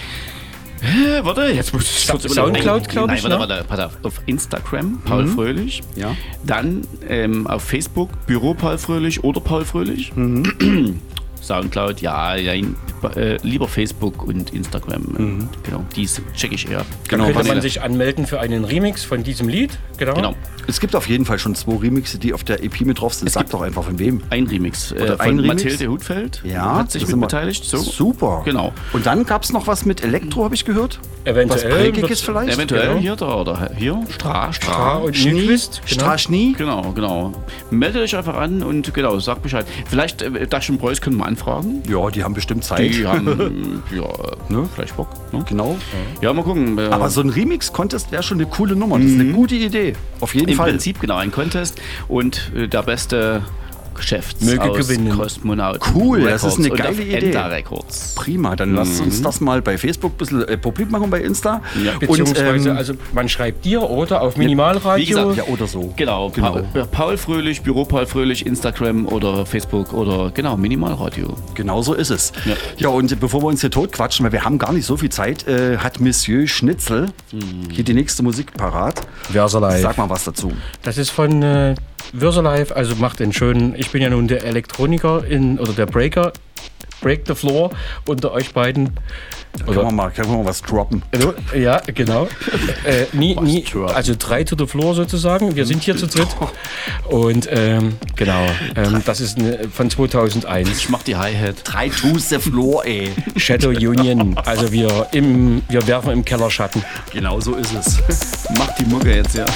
Äh, warte, jetzt muss ich kurz Soundcloud, glaube ich. Nein, warte, warte, warte, auf Instagram, Paul mhm. Fröhlich. Ja. Dann ähm, auf Facebook, Büro Paul Fröhlich oder Paul Fröhlich. Mhm. Soundcloud, ja, ja äh, lieber Facebook und Instagram. Mhm. Genau, dies checke ich eher. Genau, dann könnte man sich anmelden für einen Remix von diesem Lied. Genau. genau. Es gibt auf jeden Fall schon zwei Remixe, die auf der E P mit drauf sind. Es Sag doch einfach von wem. Ein Remix. Oder äh, von ein Remix? Mathilde Hutfeld. Ja, hat sich mit beteiligt. So. Super. Genau. Und dann gab es noch was mit Elektro, habe ich gehört. Eventuell. Was Prägiges vielleicht? Eventuell genau. hier da, oder hier. Stra, Stra, Stra und Schnee. Genau. Stra, Schnee. Genau, genau. Meldet euch einfach an und genau, sagt Bescheid. Vielleicht äh, Dash und Preuß können wir anfragen. Ja, die haben bestimmt Zeit. Die haben, ja, ne? vielleicht Bock. Ne? Genau. Ja, mal gucken. Aber so ein Remix-Contest wäre schon eine coole Nummer. Das ist eine gute Idee. Auf jeden Im Fall. Im Prinzip, genau, ein Contest und äh, der beste Geschäfts Möge aus gewinnen. Kosmonauten. Cool, Records das ist eine und geile auf Idee. Ender Records. Prima, dann mhm. lasst uns das mal bei Facebook ein bisschen äh, publik machen, bei Insta. Ja. Beziehungsweise, und, ähm, also man schreibt dir oder auf Minimalradio. Wie gesagt, ja, oder so. Genau, genau. Pa Paul Fröhlich, Büro Paul Fröhlich, Instagram oder Facebook oder genau, Minimalradio. Genau so ist es. Ja, ja und bevor wir uns hier tot quatschen, weil wir haben gar nicht so viel Zeit, äh, hat Monsieur Schnitzel mhm. hier die nächste Musik parat. Versalive. Sag mal was dazu. Das ist von äh, Versalive, also macht den schönen, ich bin ja nun der Elektroniker in, oder der Breaker, Break the Floor unter euch beiden. Da können wir mal, können wir mal was droppen. Also, ja, genau. äh, nie, nie, also drei to the floor sozusagen. Wir sind hier zu dritt. Und ähm, genau, ähm, das ist eine, von zweitausendeins. Ich mach die Hi-Hat. Drei to the floor, ey. Shadow Union. Also wir, im, wir werfen im Keller Schatten. Genau so ist es. Mach die Mucke jetzt, ja.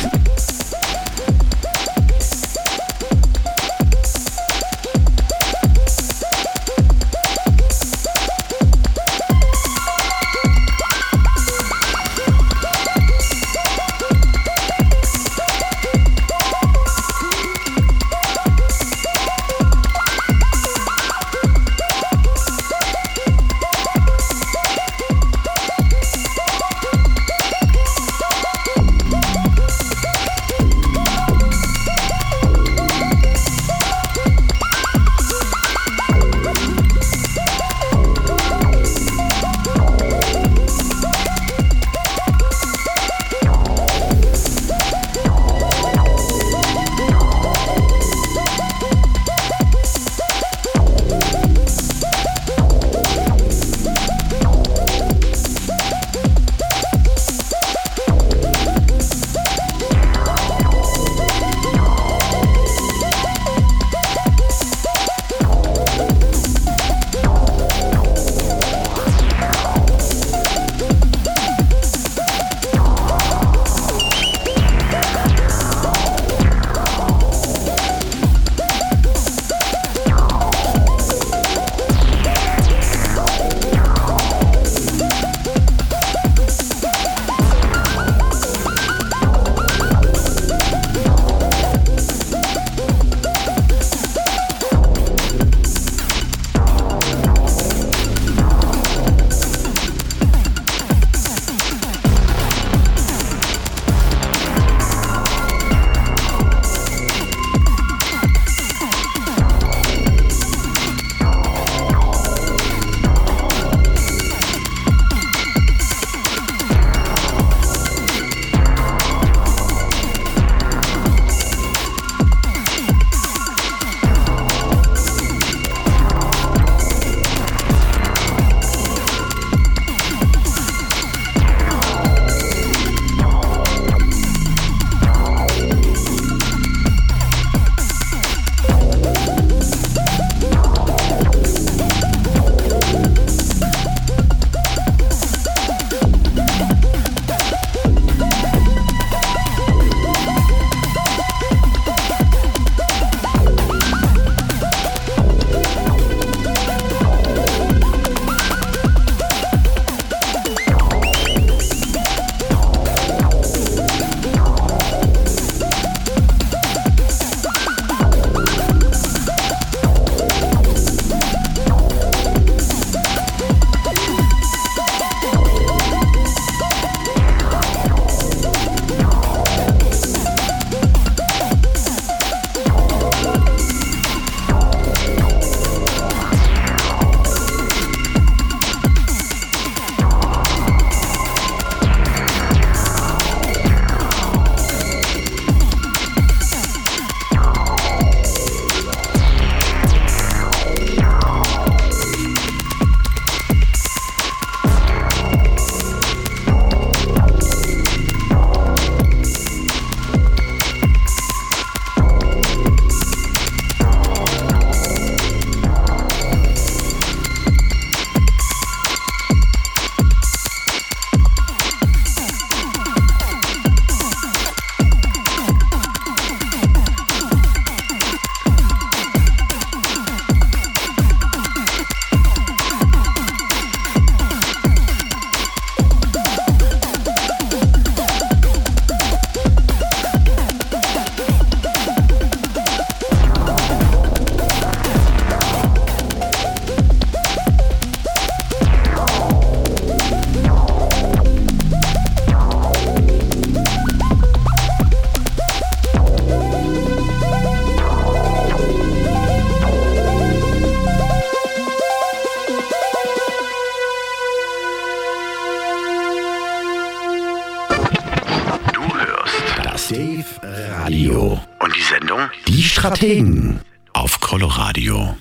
Sendung Die Strategen auf Coloradio.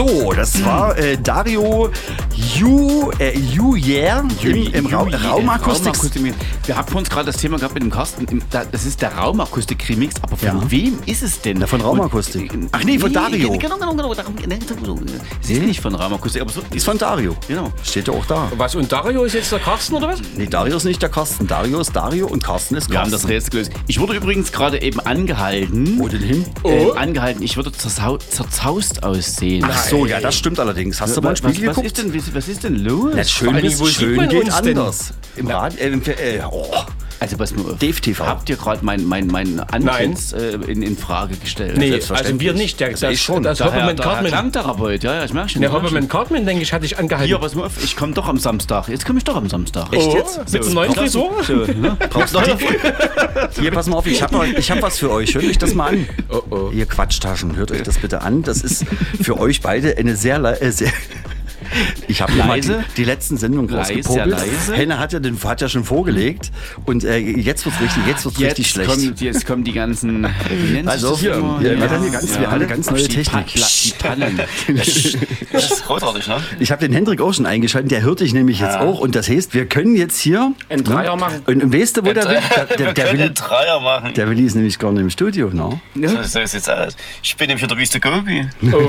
So, das war äh, Dario You, äh, you Yeah im, im Ra Raumakustik. Wir haben uns gerade das Thema gehabt mit dem Carsten. Im, da, das ist der Raumakustik-Remix, aber von Ja. wem ist es denn? Na, von Raumakustik. Und, Ach nee, von Dario. Genau, genau, genau. Darum, nee, es ist nicht von Raumakustik, aber so Ist von Dario. Genau. Steht ja auch da. Was, und Dario ist jetzt der Carsten oder was? Nee, Dario ist nicht der Carsten. Dario ist Dario und Carsten ist Carsten. Wir haben das Rätsel gelöst. Ich wurde übrigens gerade eben angehalten. Wo denn hin? Äh, angehalten, ich würde zerzau zerzaust aussehen. Ach so, ja, das stimmt allerdings. Hast du mal ein was, Spiegel was, geguckt? ist denn, was, was ist denn los? Na, schön, Vor allem, ist, wo sieht schön man geht uns denn? anders. Im Radio, äh, im, äh, oh. Also pass mal auf. Dave T V. Habt ihr gerade mein, mein, mein Antlitz äh, in, in Frage gestellt? Nee, Selbstverständlich. also wir nicht. Der, das, ich schon. Das Der Herr, Hopperman der Herr Cartman. Klangtherapeut, ja, ja, ich merke schon. Der ich merk Hopperman schon. Cartman, denke ich, hatte ich angehalten. Hier, pass mal auf, ich komme doch am Samstag. Jetzt komme ich doch am Samstag. Echt Oh, jetzt? mit einem neuen Frisur? So, ne? Brauchst du noch die? Hier, pass mal auf, ich habe ich hab was für euch. Hört euch das mal an. Oh, oh. Ihr Quatschtaschen, hört euch das bitte an. Das ist für euch beide eine sehr, le- äh, sehr ich habe mal die, Leise? die letzten Sendungen Leise, rausgepopelt. ja, leise. Henne hat ja, den, hat ja schon vorgelegt. Und äh, jetzt wird's richtig, jetzt wird's richtig Jetzt schlecht. kommen, jetzt kommen die ganzen. Wie nennt sich Also, das hier, immer? wir haben hier ganz- wir haben eine ganz neue die Technik. Pa- die Pannen. Das ist großartig, ne? Ich habe den Hendrik auch schon eingeschaltet, der hört dich nämlich jetzt Ja. auch. Und das heißt, wir können jetzt hier. Ein Dreier machen. Und, und weißt du, wo der will? Der, der, Wir der, können Willi, einen Dreier machen. der Willi ist nämlich gar nicht im Studio, ne? So, so ist jetzt alles. Ich bin nämlich in der Wüste Gobi.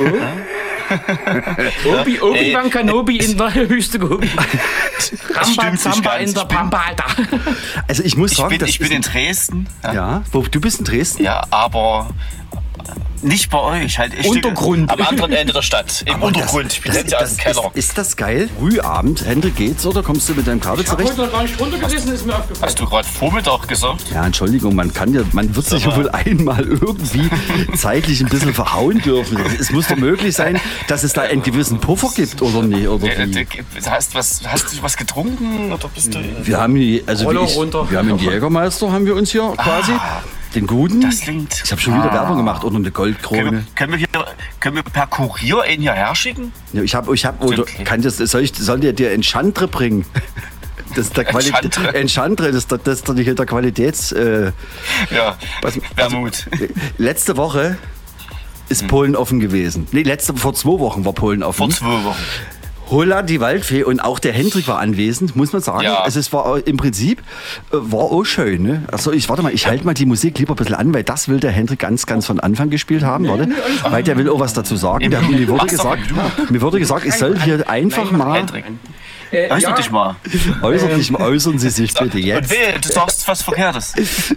Obi, Obi-Wan Kenobi in der Wüste Gobi. Ramba stimmt nicht Zamba ganz. in der Ich bin- Pampa, Alter. Also ich muss Ich sagen, bin, das ich bin ist in Dresden. Ja, ja, wo, du bist in Dresden? ja aber nicht bei euch. Halt, ich Untergrund. Am anderen Ende der Stadt. Im Aber Untergrund. das- Ich bin das- jetzt aus das dem Keller. Ist, ist das geil? Frühabend, Hendrik, geht's oder kommst du mit deinem Kabel Ich hab zurecht? heute noch gar nicht runtergesessen, ist mir aufgefallen. Hast du gerade Vormittag gesagt? Ja, Entschuldigung, man kann ja, man wird sich ja wohl einmal irgendwie zeitlich ein bisschen verhauen dürfen. Es muss doch möglich sein, dass es da einen gewissen Puffer gibt, oder nicht? Oder Äh, wie? äh, Hast, was, hast du was getrunken? Oder bist du. Wir haben, die, also Rollo wie ich, runter. wir haben den Jägermeister, haben wir uns hier quasi, den guten. Das klingt. Ich habe schon wieder Ah. Werbung gemacht, oder eine Können Goldkrone. wir, können, wir hier, können wir per Kurier einen hierher schicken? Ja, ich habe, ich habe, oder Okay. kann das, soll ich, soll der dir Enchantre bringen? Das ist der Qualität. Enchantre? Enchantre, das ist der, das ist der, der Qualitäts. Äh, Ja, was- Wermut. letzte Woche ist Polen offen gewesen. Nee, letzte, vor zwei Wochen war Polen offen. Vor zwei Wochen. Holla die Waldfee und auch der Hendrik war anwesend, muss man sagen. Ja. Also es war im Prinzip äh, war auch schön. Ne? Also ich warte mal, ich halte mal die Musik lieber ein bisschen an, weil das will der Hendrik ganz, ganz von Anfang gespielt haben, warte. Weil der will auch was dazu sagen. Der, mir wurde Mach's doch gesagt, mal mir wurde gesagt, ich soll hier einfach mal Hendrik, äußer dich mal. äußern, sich, äußern Sie sich bitte Und jetzt. wehe, du sagst was Verkehrtes.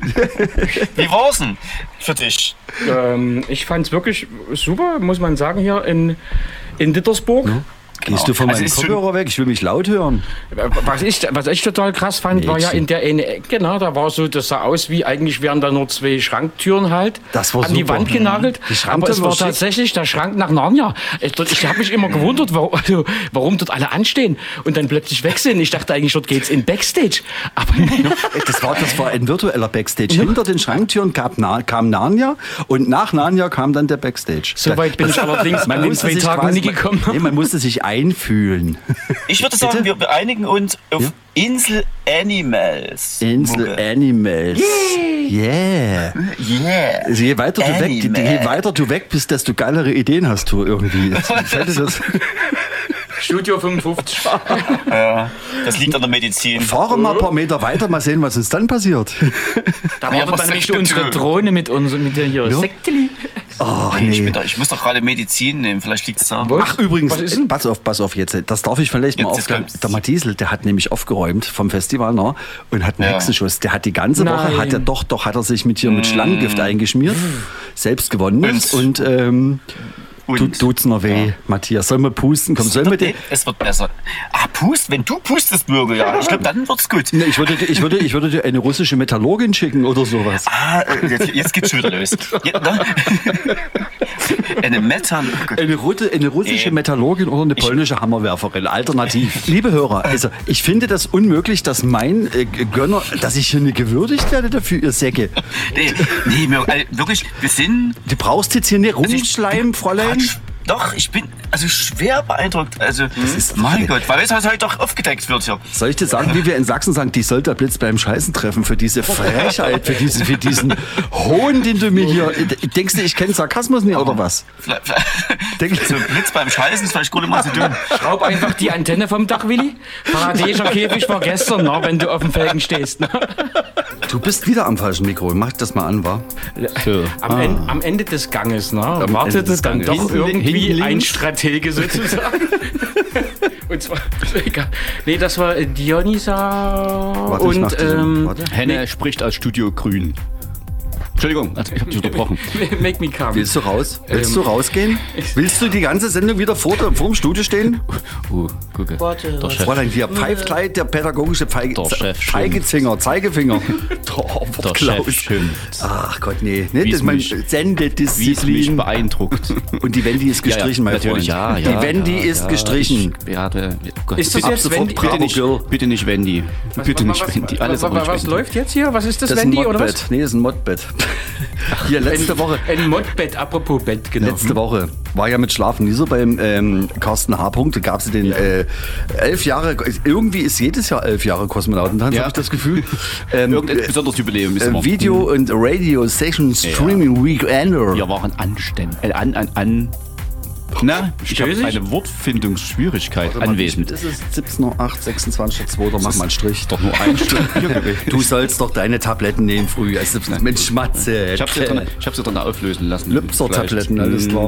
Wie war's denn für dich? Ähm, ich fand's wirklich super, muss man sagen, hier in, in Dittersburg. Gehst du von Also meinem ist schon- Kopfhörer weg? Ich will mich laut hören. Was ich, was ich total krass fand, war ja Mädchen. in der eine Ecke, genau, da war so, das sah aus wie, eigentlich wären da nur zwei Schranktüren halt Das war an die super. Wand genagelt. Die Schranktüren Aber es war war schick. tatsächlich der Schrank nach Narnia. Ich, ich habe mich immer gewundert, warum, also, warum dort alle anstehen und dann plötzlich weg sind. Ich dachte eigentlich, dort geht's in Backstage. Aber Das war, das war ein virtueller Backstage. Hinter den Schranktüren gab, Na- kam Narnia und nach Narnia kam dann der Backstage. so weit bin ich allerdings Man in musste zwei sich Tagen quasi- nie gekommen. Nee, man musste sich einfühlen. Ich würde sagen, wir einigen uns auf Ja? Insel Animals. Insel Mucke. Animals. Yeah. Yeah. Also je weiter du weg, je, Animal. je weiter du weg bist, desto geilere Ideen hast du irgendwie. Fällt dir das? Studio fünfundfünfzig. Ja, das liegt an der Medizin. Fahren mal ein paar Meter weiter, mal sehen, was uns dann passiert. Da Ja, war was dann nicht sagt unsere der Tö? Drohne mit, uns, mit der hier Ja. Sekteli. Ach Nee, ich, nee. bin da, ich muss doch gerade Medizin nehmen, vielleicht liegt es da. Ach übrigens, Was ist denn? pass auf, pass auf jetzt. Das darf ich vielleicht mal Jetzt- jetzt aufklären. kommt's. Der Matthiesel, der hat nämlich aufgeräumt vom Festival ne, und hat einen Ja. Hexenschuss. Der hat die ganze Woche, Nein. hat er doch, doch, hat er sich mit hier mit Schlangengift eingeschmiert. Selbst gewonnenes. Und, Und? ähm, Und? tut, tut's noch weh, Matthias. Sollen wir pusten? Komm, sollen wir Nee, den? es wird besser. Ah, pust, wenn du pustest, Bürger, ja. Ich glaube, dann wird's gut. Nee, ich, würde, dir- ich, würde, ich würde dir eine russische Metallurgin schicken oder sowas. Ah, äh, jetzt, jetzt geht's schon wieder los. Ja, ne? Eine Methan. Eine, Rutte, eine russische Ähm, Metallurgin oder eine polnische Hammerwerferin. Alternativ. Liebe Hörer, also ich finde das unmöglich, dass mein äh, Gönner, dass ich hier nicht gewürdigt werde dafür, ihr Säcke. Nee, nee, wir, äh, wirklich, wir sind. Du brauchst jetzt hier nicht rumschleimen, Fräulein. Quatsch. Doch, ich bin also schwer beeindruckt. Also, das ist mein Gott, weil es halt heute doch aufgedeckt wird hier. Soll ich dir sagen, wie wir in Sachsen sagen, die soll der Blitz beim Scheißen treffen für diese Frechheit, für, diese, für diesen Hohn, den du mir hier... Denkst du, ich kenne Sarkasmus nicht oder was? Denkst du, Blitz beim Scheißen ist vielleicht gut immer so dumm. Schraub einfach die Antenne vom Dach, Willi. Faradäischer Käfig war gestern, na, wenn du auf dem Felgen stehst. Na. Du bist wieder am falschen Mikro. Mach das mal an, wa? So. Am, ah. en, am Ende des Ganges, na, wartet es dann doch hinten, irgendwie hinten ein Stratege sozusagen. Und zwar, egal. Nee, das war Dionisa Warte, und ähm, Henne nee. spricht als Studio Grün. Entschuldigung, also ich habe dich unterbrochen. Make me come. Willst du raus? Willst ähm, du rausgehen? Willst du die ganze Sendung wieder vor, der, vor dem Studio stehen? Uh, gucke. Warte, der Chef. Fräulein, hier pfeift gleich der pädagogische Feige, der Chef Feigezinger, Zeigefinger. Der, der Chef schimpft. Ach Gott, nee. Nicht, das ist mein Sendedisziplin. Wie es mich beeindruckt. Und die Wendy ist gestrichen, ja, ja, mein Freund. Ja, ja, die Wendy ja, ist ja, gestrichen. Ich, Beate, oh ist das jetzt Wendy? Bitte nicht, bitte nicht Wendy. Was, bitte was, nicht was, Wendy. Alles was, was, was läuft jetzt hier? Was ist das, das Wendy ist oder was? Nee, das ist ein Modbett. Hier, letzte ein, Woche. Ein Modbett, apropos Bett, genau. Letzte Woche war ja mit Schlafen nie so beim ähm, Carsten H. Da gab es den äh, elf Jahre, irgendwie ist jedes Jahr elf Jahre Kosmonautentanz, ja. habe ich das Gefühl. Ähm, Irgendein besonderes Jubiläum ist äh, immer. Video und Radio Station Streaming ja. Weekender. Wir waren anständig. Äh, an, an, an Na, ich habe eine Wortfindungsschwierigkeit anwesend. Das ist siebzehn Uhr acht, sechsundzwanzig Uhr zwei, mach mal einen Strich. Doch nur ein Stück. Du sollst doch deine Tabletten nehmen früh. Also, mit Schmatze. Ich habe sie, dann, hab sie dann auflösen lassen. Lübser-Tabletten, alles klar.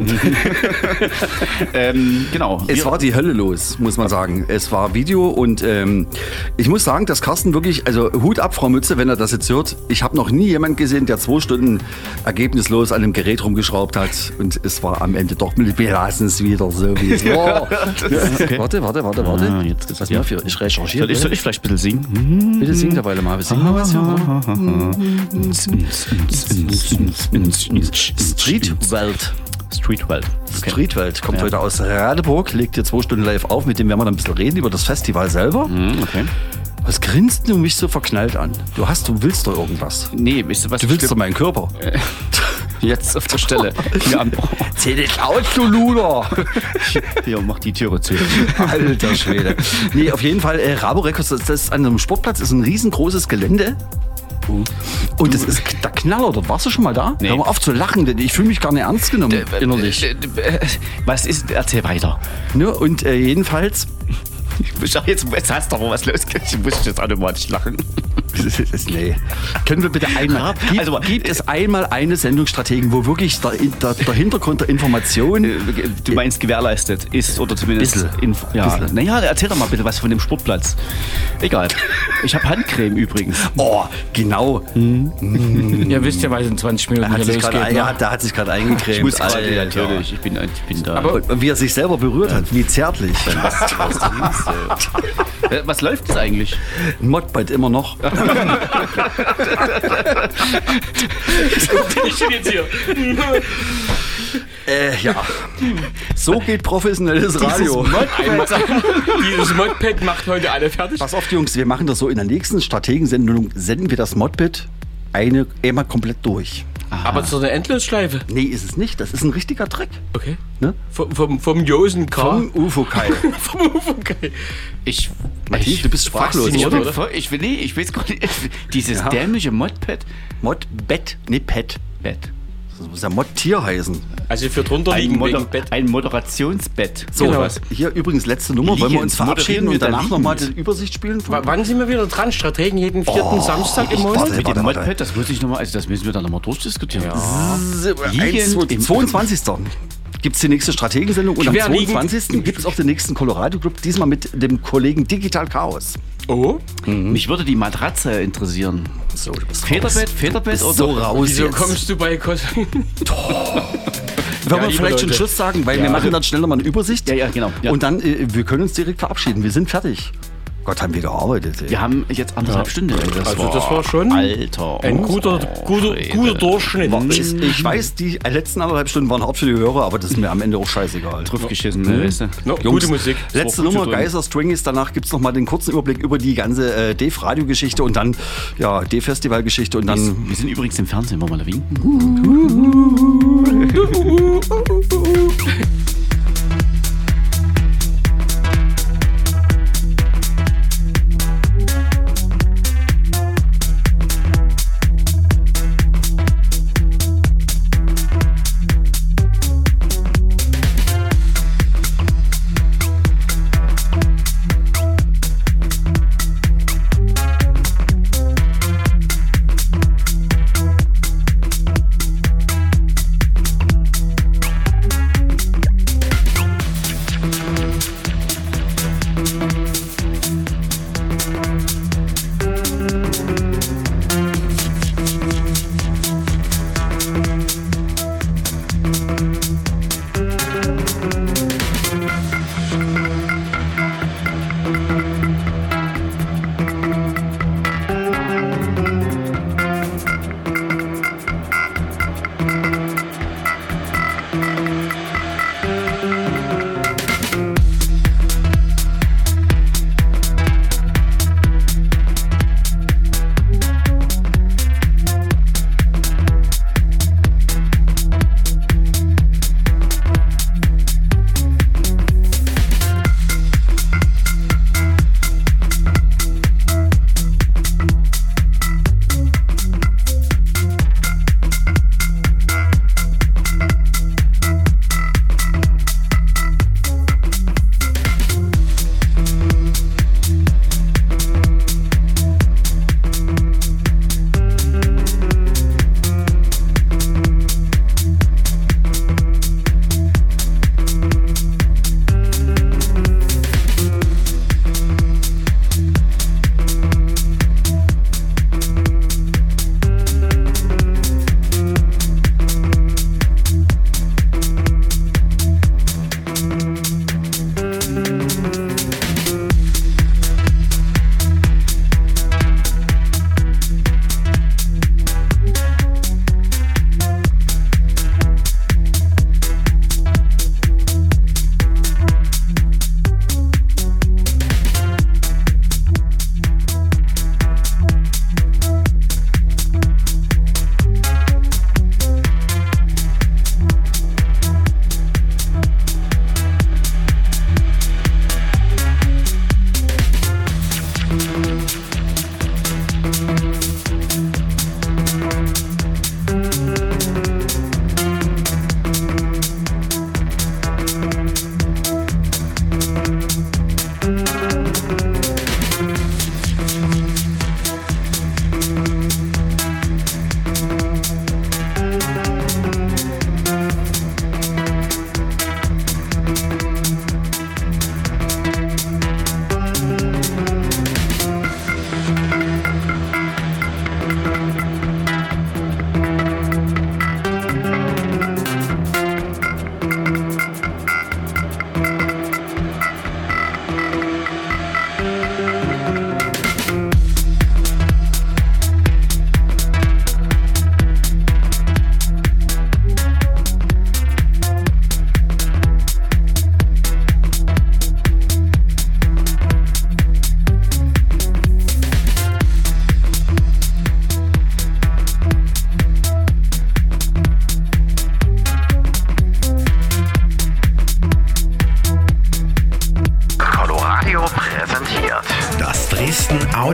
ähm, genau. Es war die Hölle los, muss man sagen. Es war Video und ähm, ich muss sagen, dass Carsten wirklich, also Hut ab, Frau Mütze, wenn er das jetzt hört. Ich habe noch nie jemanden gesehen, der zwei Stunden ergebnislos an einem Gerät rumgeschraubt hat und es war am Ende doch mit lassen es wieder so, wie es war. Okay. Warte, warte, warte, warte. Ah, jetzt geht's was ja. für ich recherchiere. Soll ich, soll ich vielleicht ein bisschen singen? Bitte sing dabei mal. Sing mal was. Streetwelt. Streetwelt. Okay. Streetwelt kommt ja. heute aus Radeburg, legt hier zwei Stunden live auf, mit dem werden wir dann ein bisschen reden über das Festival selber. Mhm, okay. Was grinst du mich so verknallt an? Du hast, du willst doch irgendwas. Nee, weißt du was? Du willst doch meinen Körper. Jetzt auf der Stelle. Ja. Zähl dich laut, du Luder. Ja, mach die Türe zu. Alter Schwede. Nee, auf jeden Fall, äh, Rabo Records, das ist an einem Sportplatz, ist ein riesengroßes Gelände. Uh. Und das ist der Knaller dort. Warst du schon mal da? Nee. Hör mal auf zu lachen, denn ich fühle mich gar nicht ernst genommen d- innerlich. D- d- was ist? Erzähl weiter. Ja, und äh, jedenfalls... Ich muss auch jetzt, jetzt hast du doch was los. Ich muss jetzt automatisch lachen. Nee. Können wir bitte einmal, gibt, also, gibt es einmal eine Sendungsstrategen, wo wirklich der, der, der Hintergrund der Information... Du meinst gewährleistet ist oder zumindest... Inf- ja. Naja, erzähl doch mal bitte was von dem Sportplatz. Egal. Ich habe Handcreme übrigens. Oh, genau. Hm. Hm. Ihr wisst ja, weil es in zwanzig Minuten hier losgeht. Ein, ja, da hat sich gerade eingecremt. Ich muss gerade, ja, natürlich. Ich bin, ich bin da. Aber wie er sich selber berührt ja. hat, wie zärtlich. Was läuft das eigentlich? Ein Modbett immer noch. Ich bin jetzt hier. Äh, ja. So geht professionelles Radio. Dieses Modpad, dieses Modpad macht heute alle fertig. Pass auf, Jungs, wir machen das so. In der nächsten Strategensendung senden wir das Modpad eine einmal komplett durch. Aha. Aber so eine Endlosschleife? Nee, ist es nicht. Das ist ein richtiger Trick. Okay. Ne? Vom, vom, vom Josen K. Vom Ufo-Kai. Vom Ufo-Kai. Ich, Matthias, ich, du bist sprachlos, ich oder? Bin voll, ich will nicht, ich weiß gar nicht. Dieses ja. dämliche Modpad. Modbett, nee, Pet. Bett. Das muss ja Mod-Tier heißen. Also für drunter liegen ein, Moder- Bett. Ein Moderationsbett. So, genau. Was. Hier übrigens letzte Nummer. Liegen. Wollen wir uns verabschieden und danach nochmal die Übersicht spielen? W- wann sind wir wieder dran? Strategen jeden vierten oh, Samstag im Monat? Mit dem Modpad, das muss ich noch mal, also das müssen wir dann nochmal durchdiskutieren. Ja. zweiundzwanzigsten gibt es die nächste Strategensendung und am zweiundzwanzigsten gibt es auch den nächsten Colorado Group, diesmal mit dem Kollegen Digital Chaos. Oh? Mhm. Mich würde die Matratze interessieren. So, du bist Federbett, Federbett oder so raus. Wieso jetzt. kommst du bei Kos? Wenn ja, wir vielleicht schon Schluss sagen, weil ja, wir machen dann schnell nochmal eine Übersicht. Ja, ja, genau. Ja. Und dann, äh, wir können uns direkt verabschieden. Wir sind fertig. Gott, haben wir gearbeitet. Ey. Wir haben jetzt anderthalb ja. Stunden. Das also war das war schon Alter, ein guter, guter, guter Durchschnitt. Ich, ich weiß, die letzten anderthalb Stunden waren hart für die Hörer, aber das ist mir am Ende auch scheißegal. Draufgeschissen, ne? Weißt du? No, Jungs, gute Musik. Letzte Nummer, Geiser Stringies. Danach gibt es nochmal den kurzen Überblick über die ganze äh, D-Radio-Geschichte und dann ja, D-Festival-Geschichte und dann... Wir, wir sind übrigens im Fernsehen, wollen wir mal winken?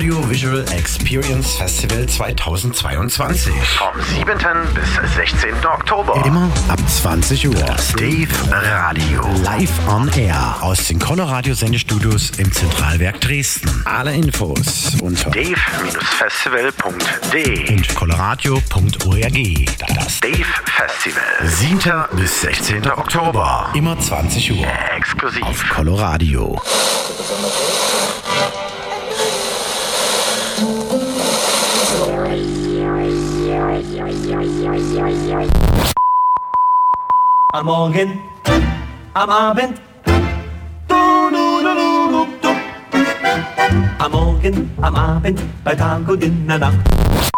Audiovisual Experience Festival zweitausendzweiundzwanzig. Vom siebenten bis sechzehnten Oktober. Immer ab zwanzig Uhr. Dave Radio. Live on Air aus den Coloradio Sendestudios im Zentralwerk Dresden. Alle Infos unter dave Festival punkt de und coloradio punkt org. Das Dave Festival. siebten bis sechzehnten Oktober. Immer zwanzig Uhr. Exklusiv. Auf Coloradio. Am Morgen, am Abend, du, du, du, du, du, du. Am Morgen, am Abend, bei Tag und in der Nacht.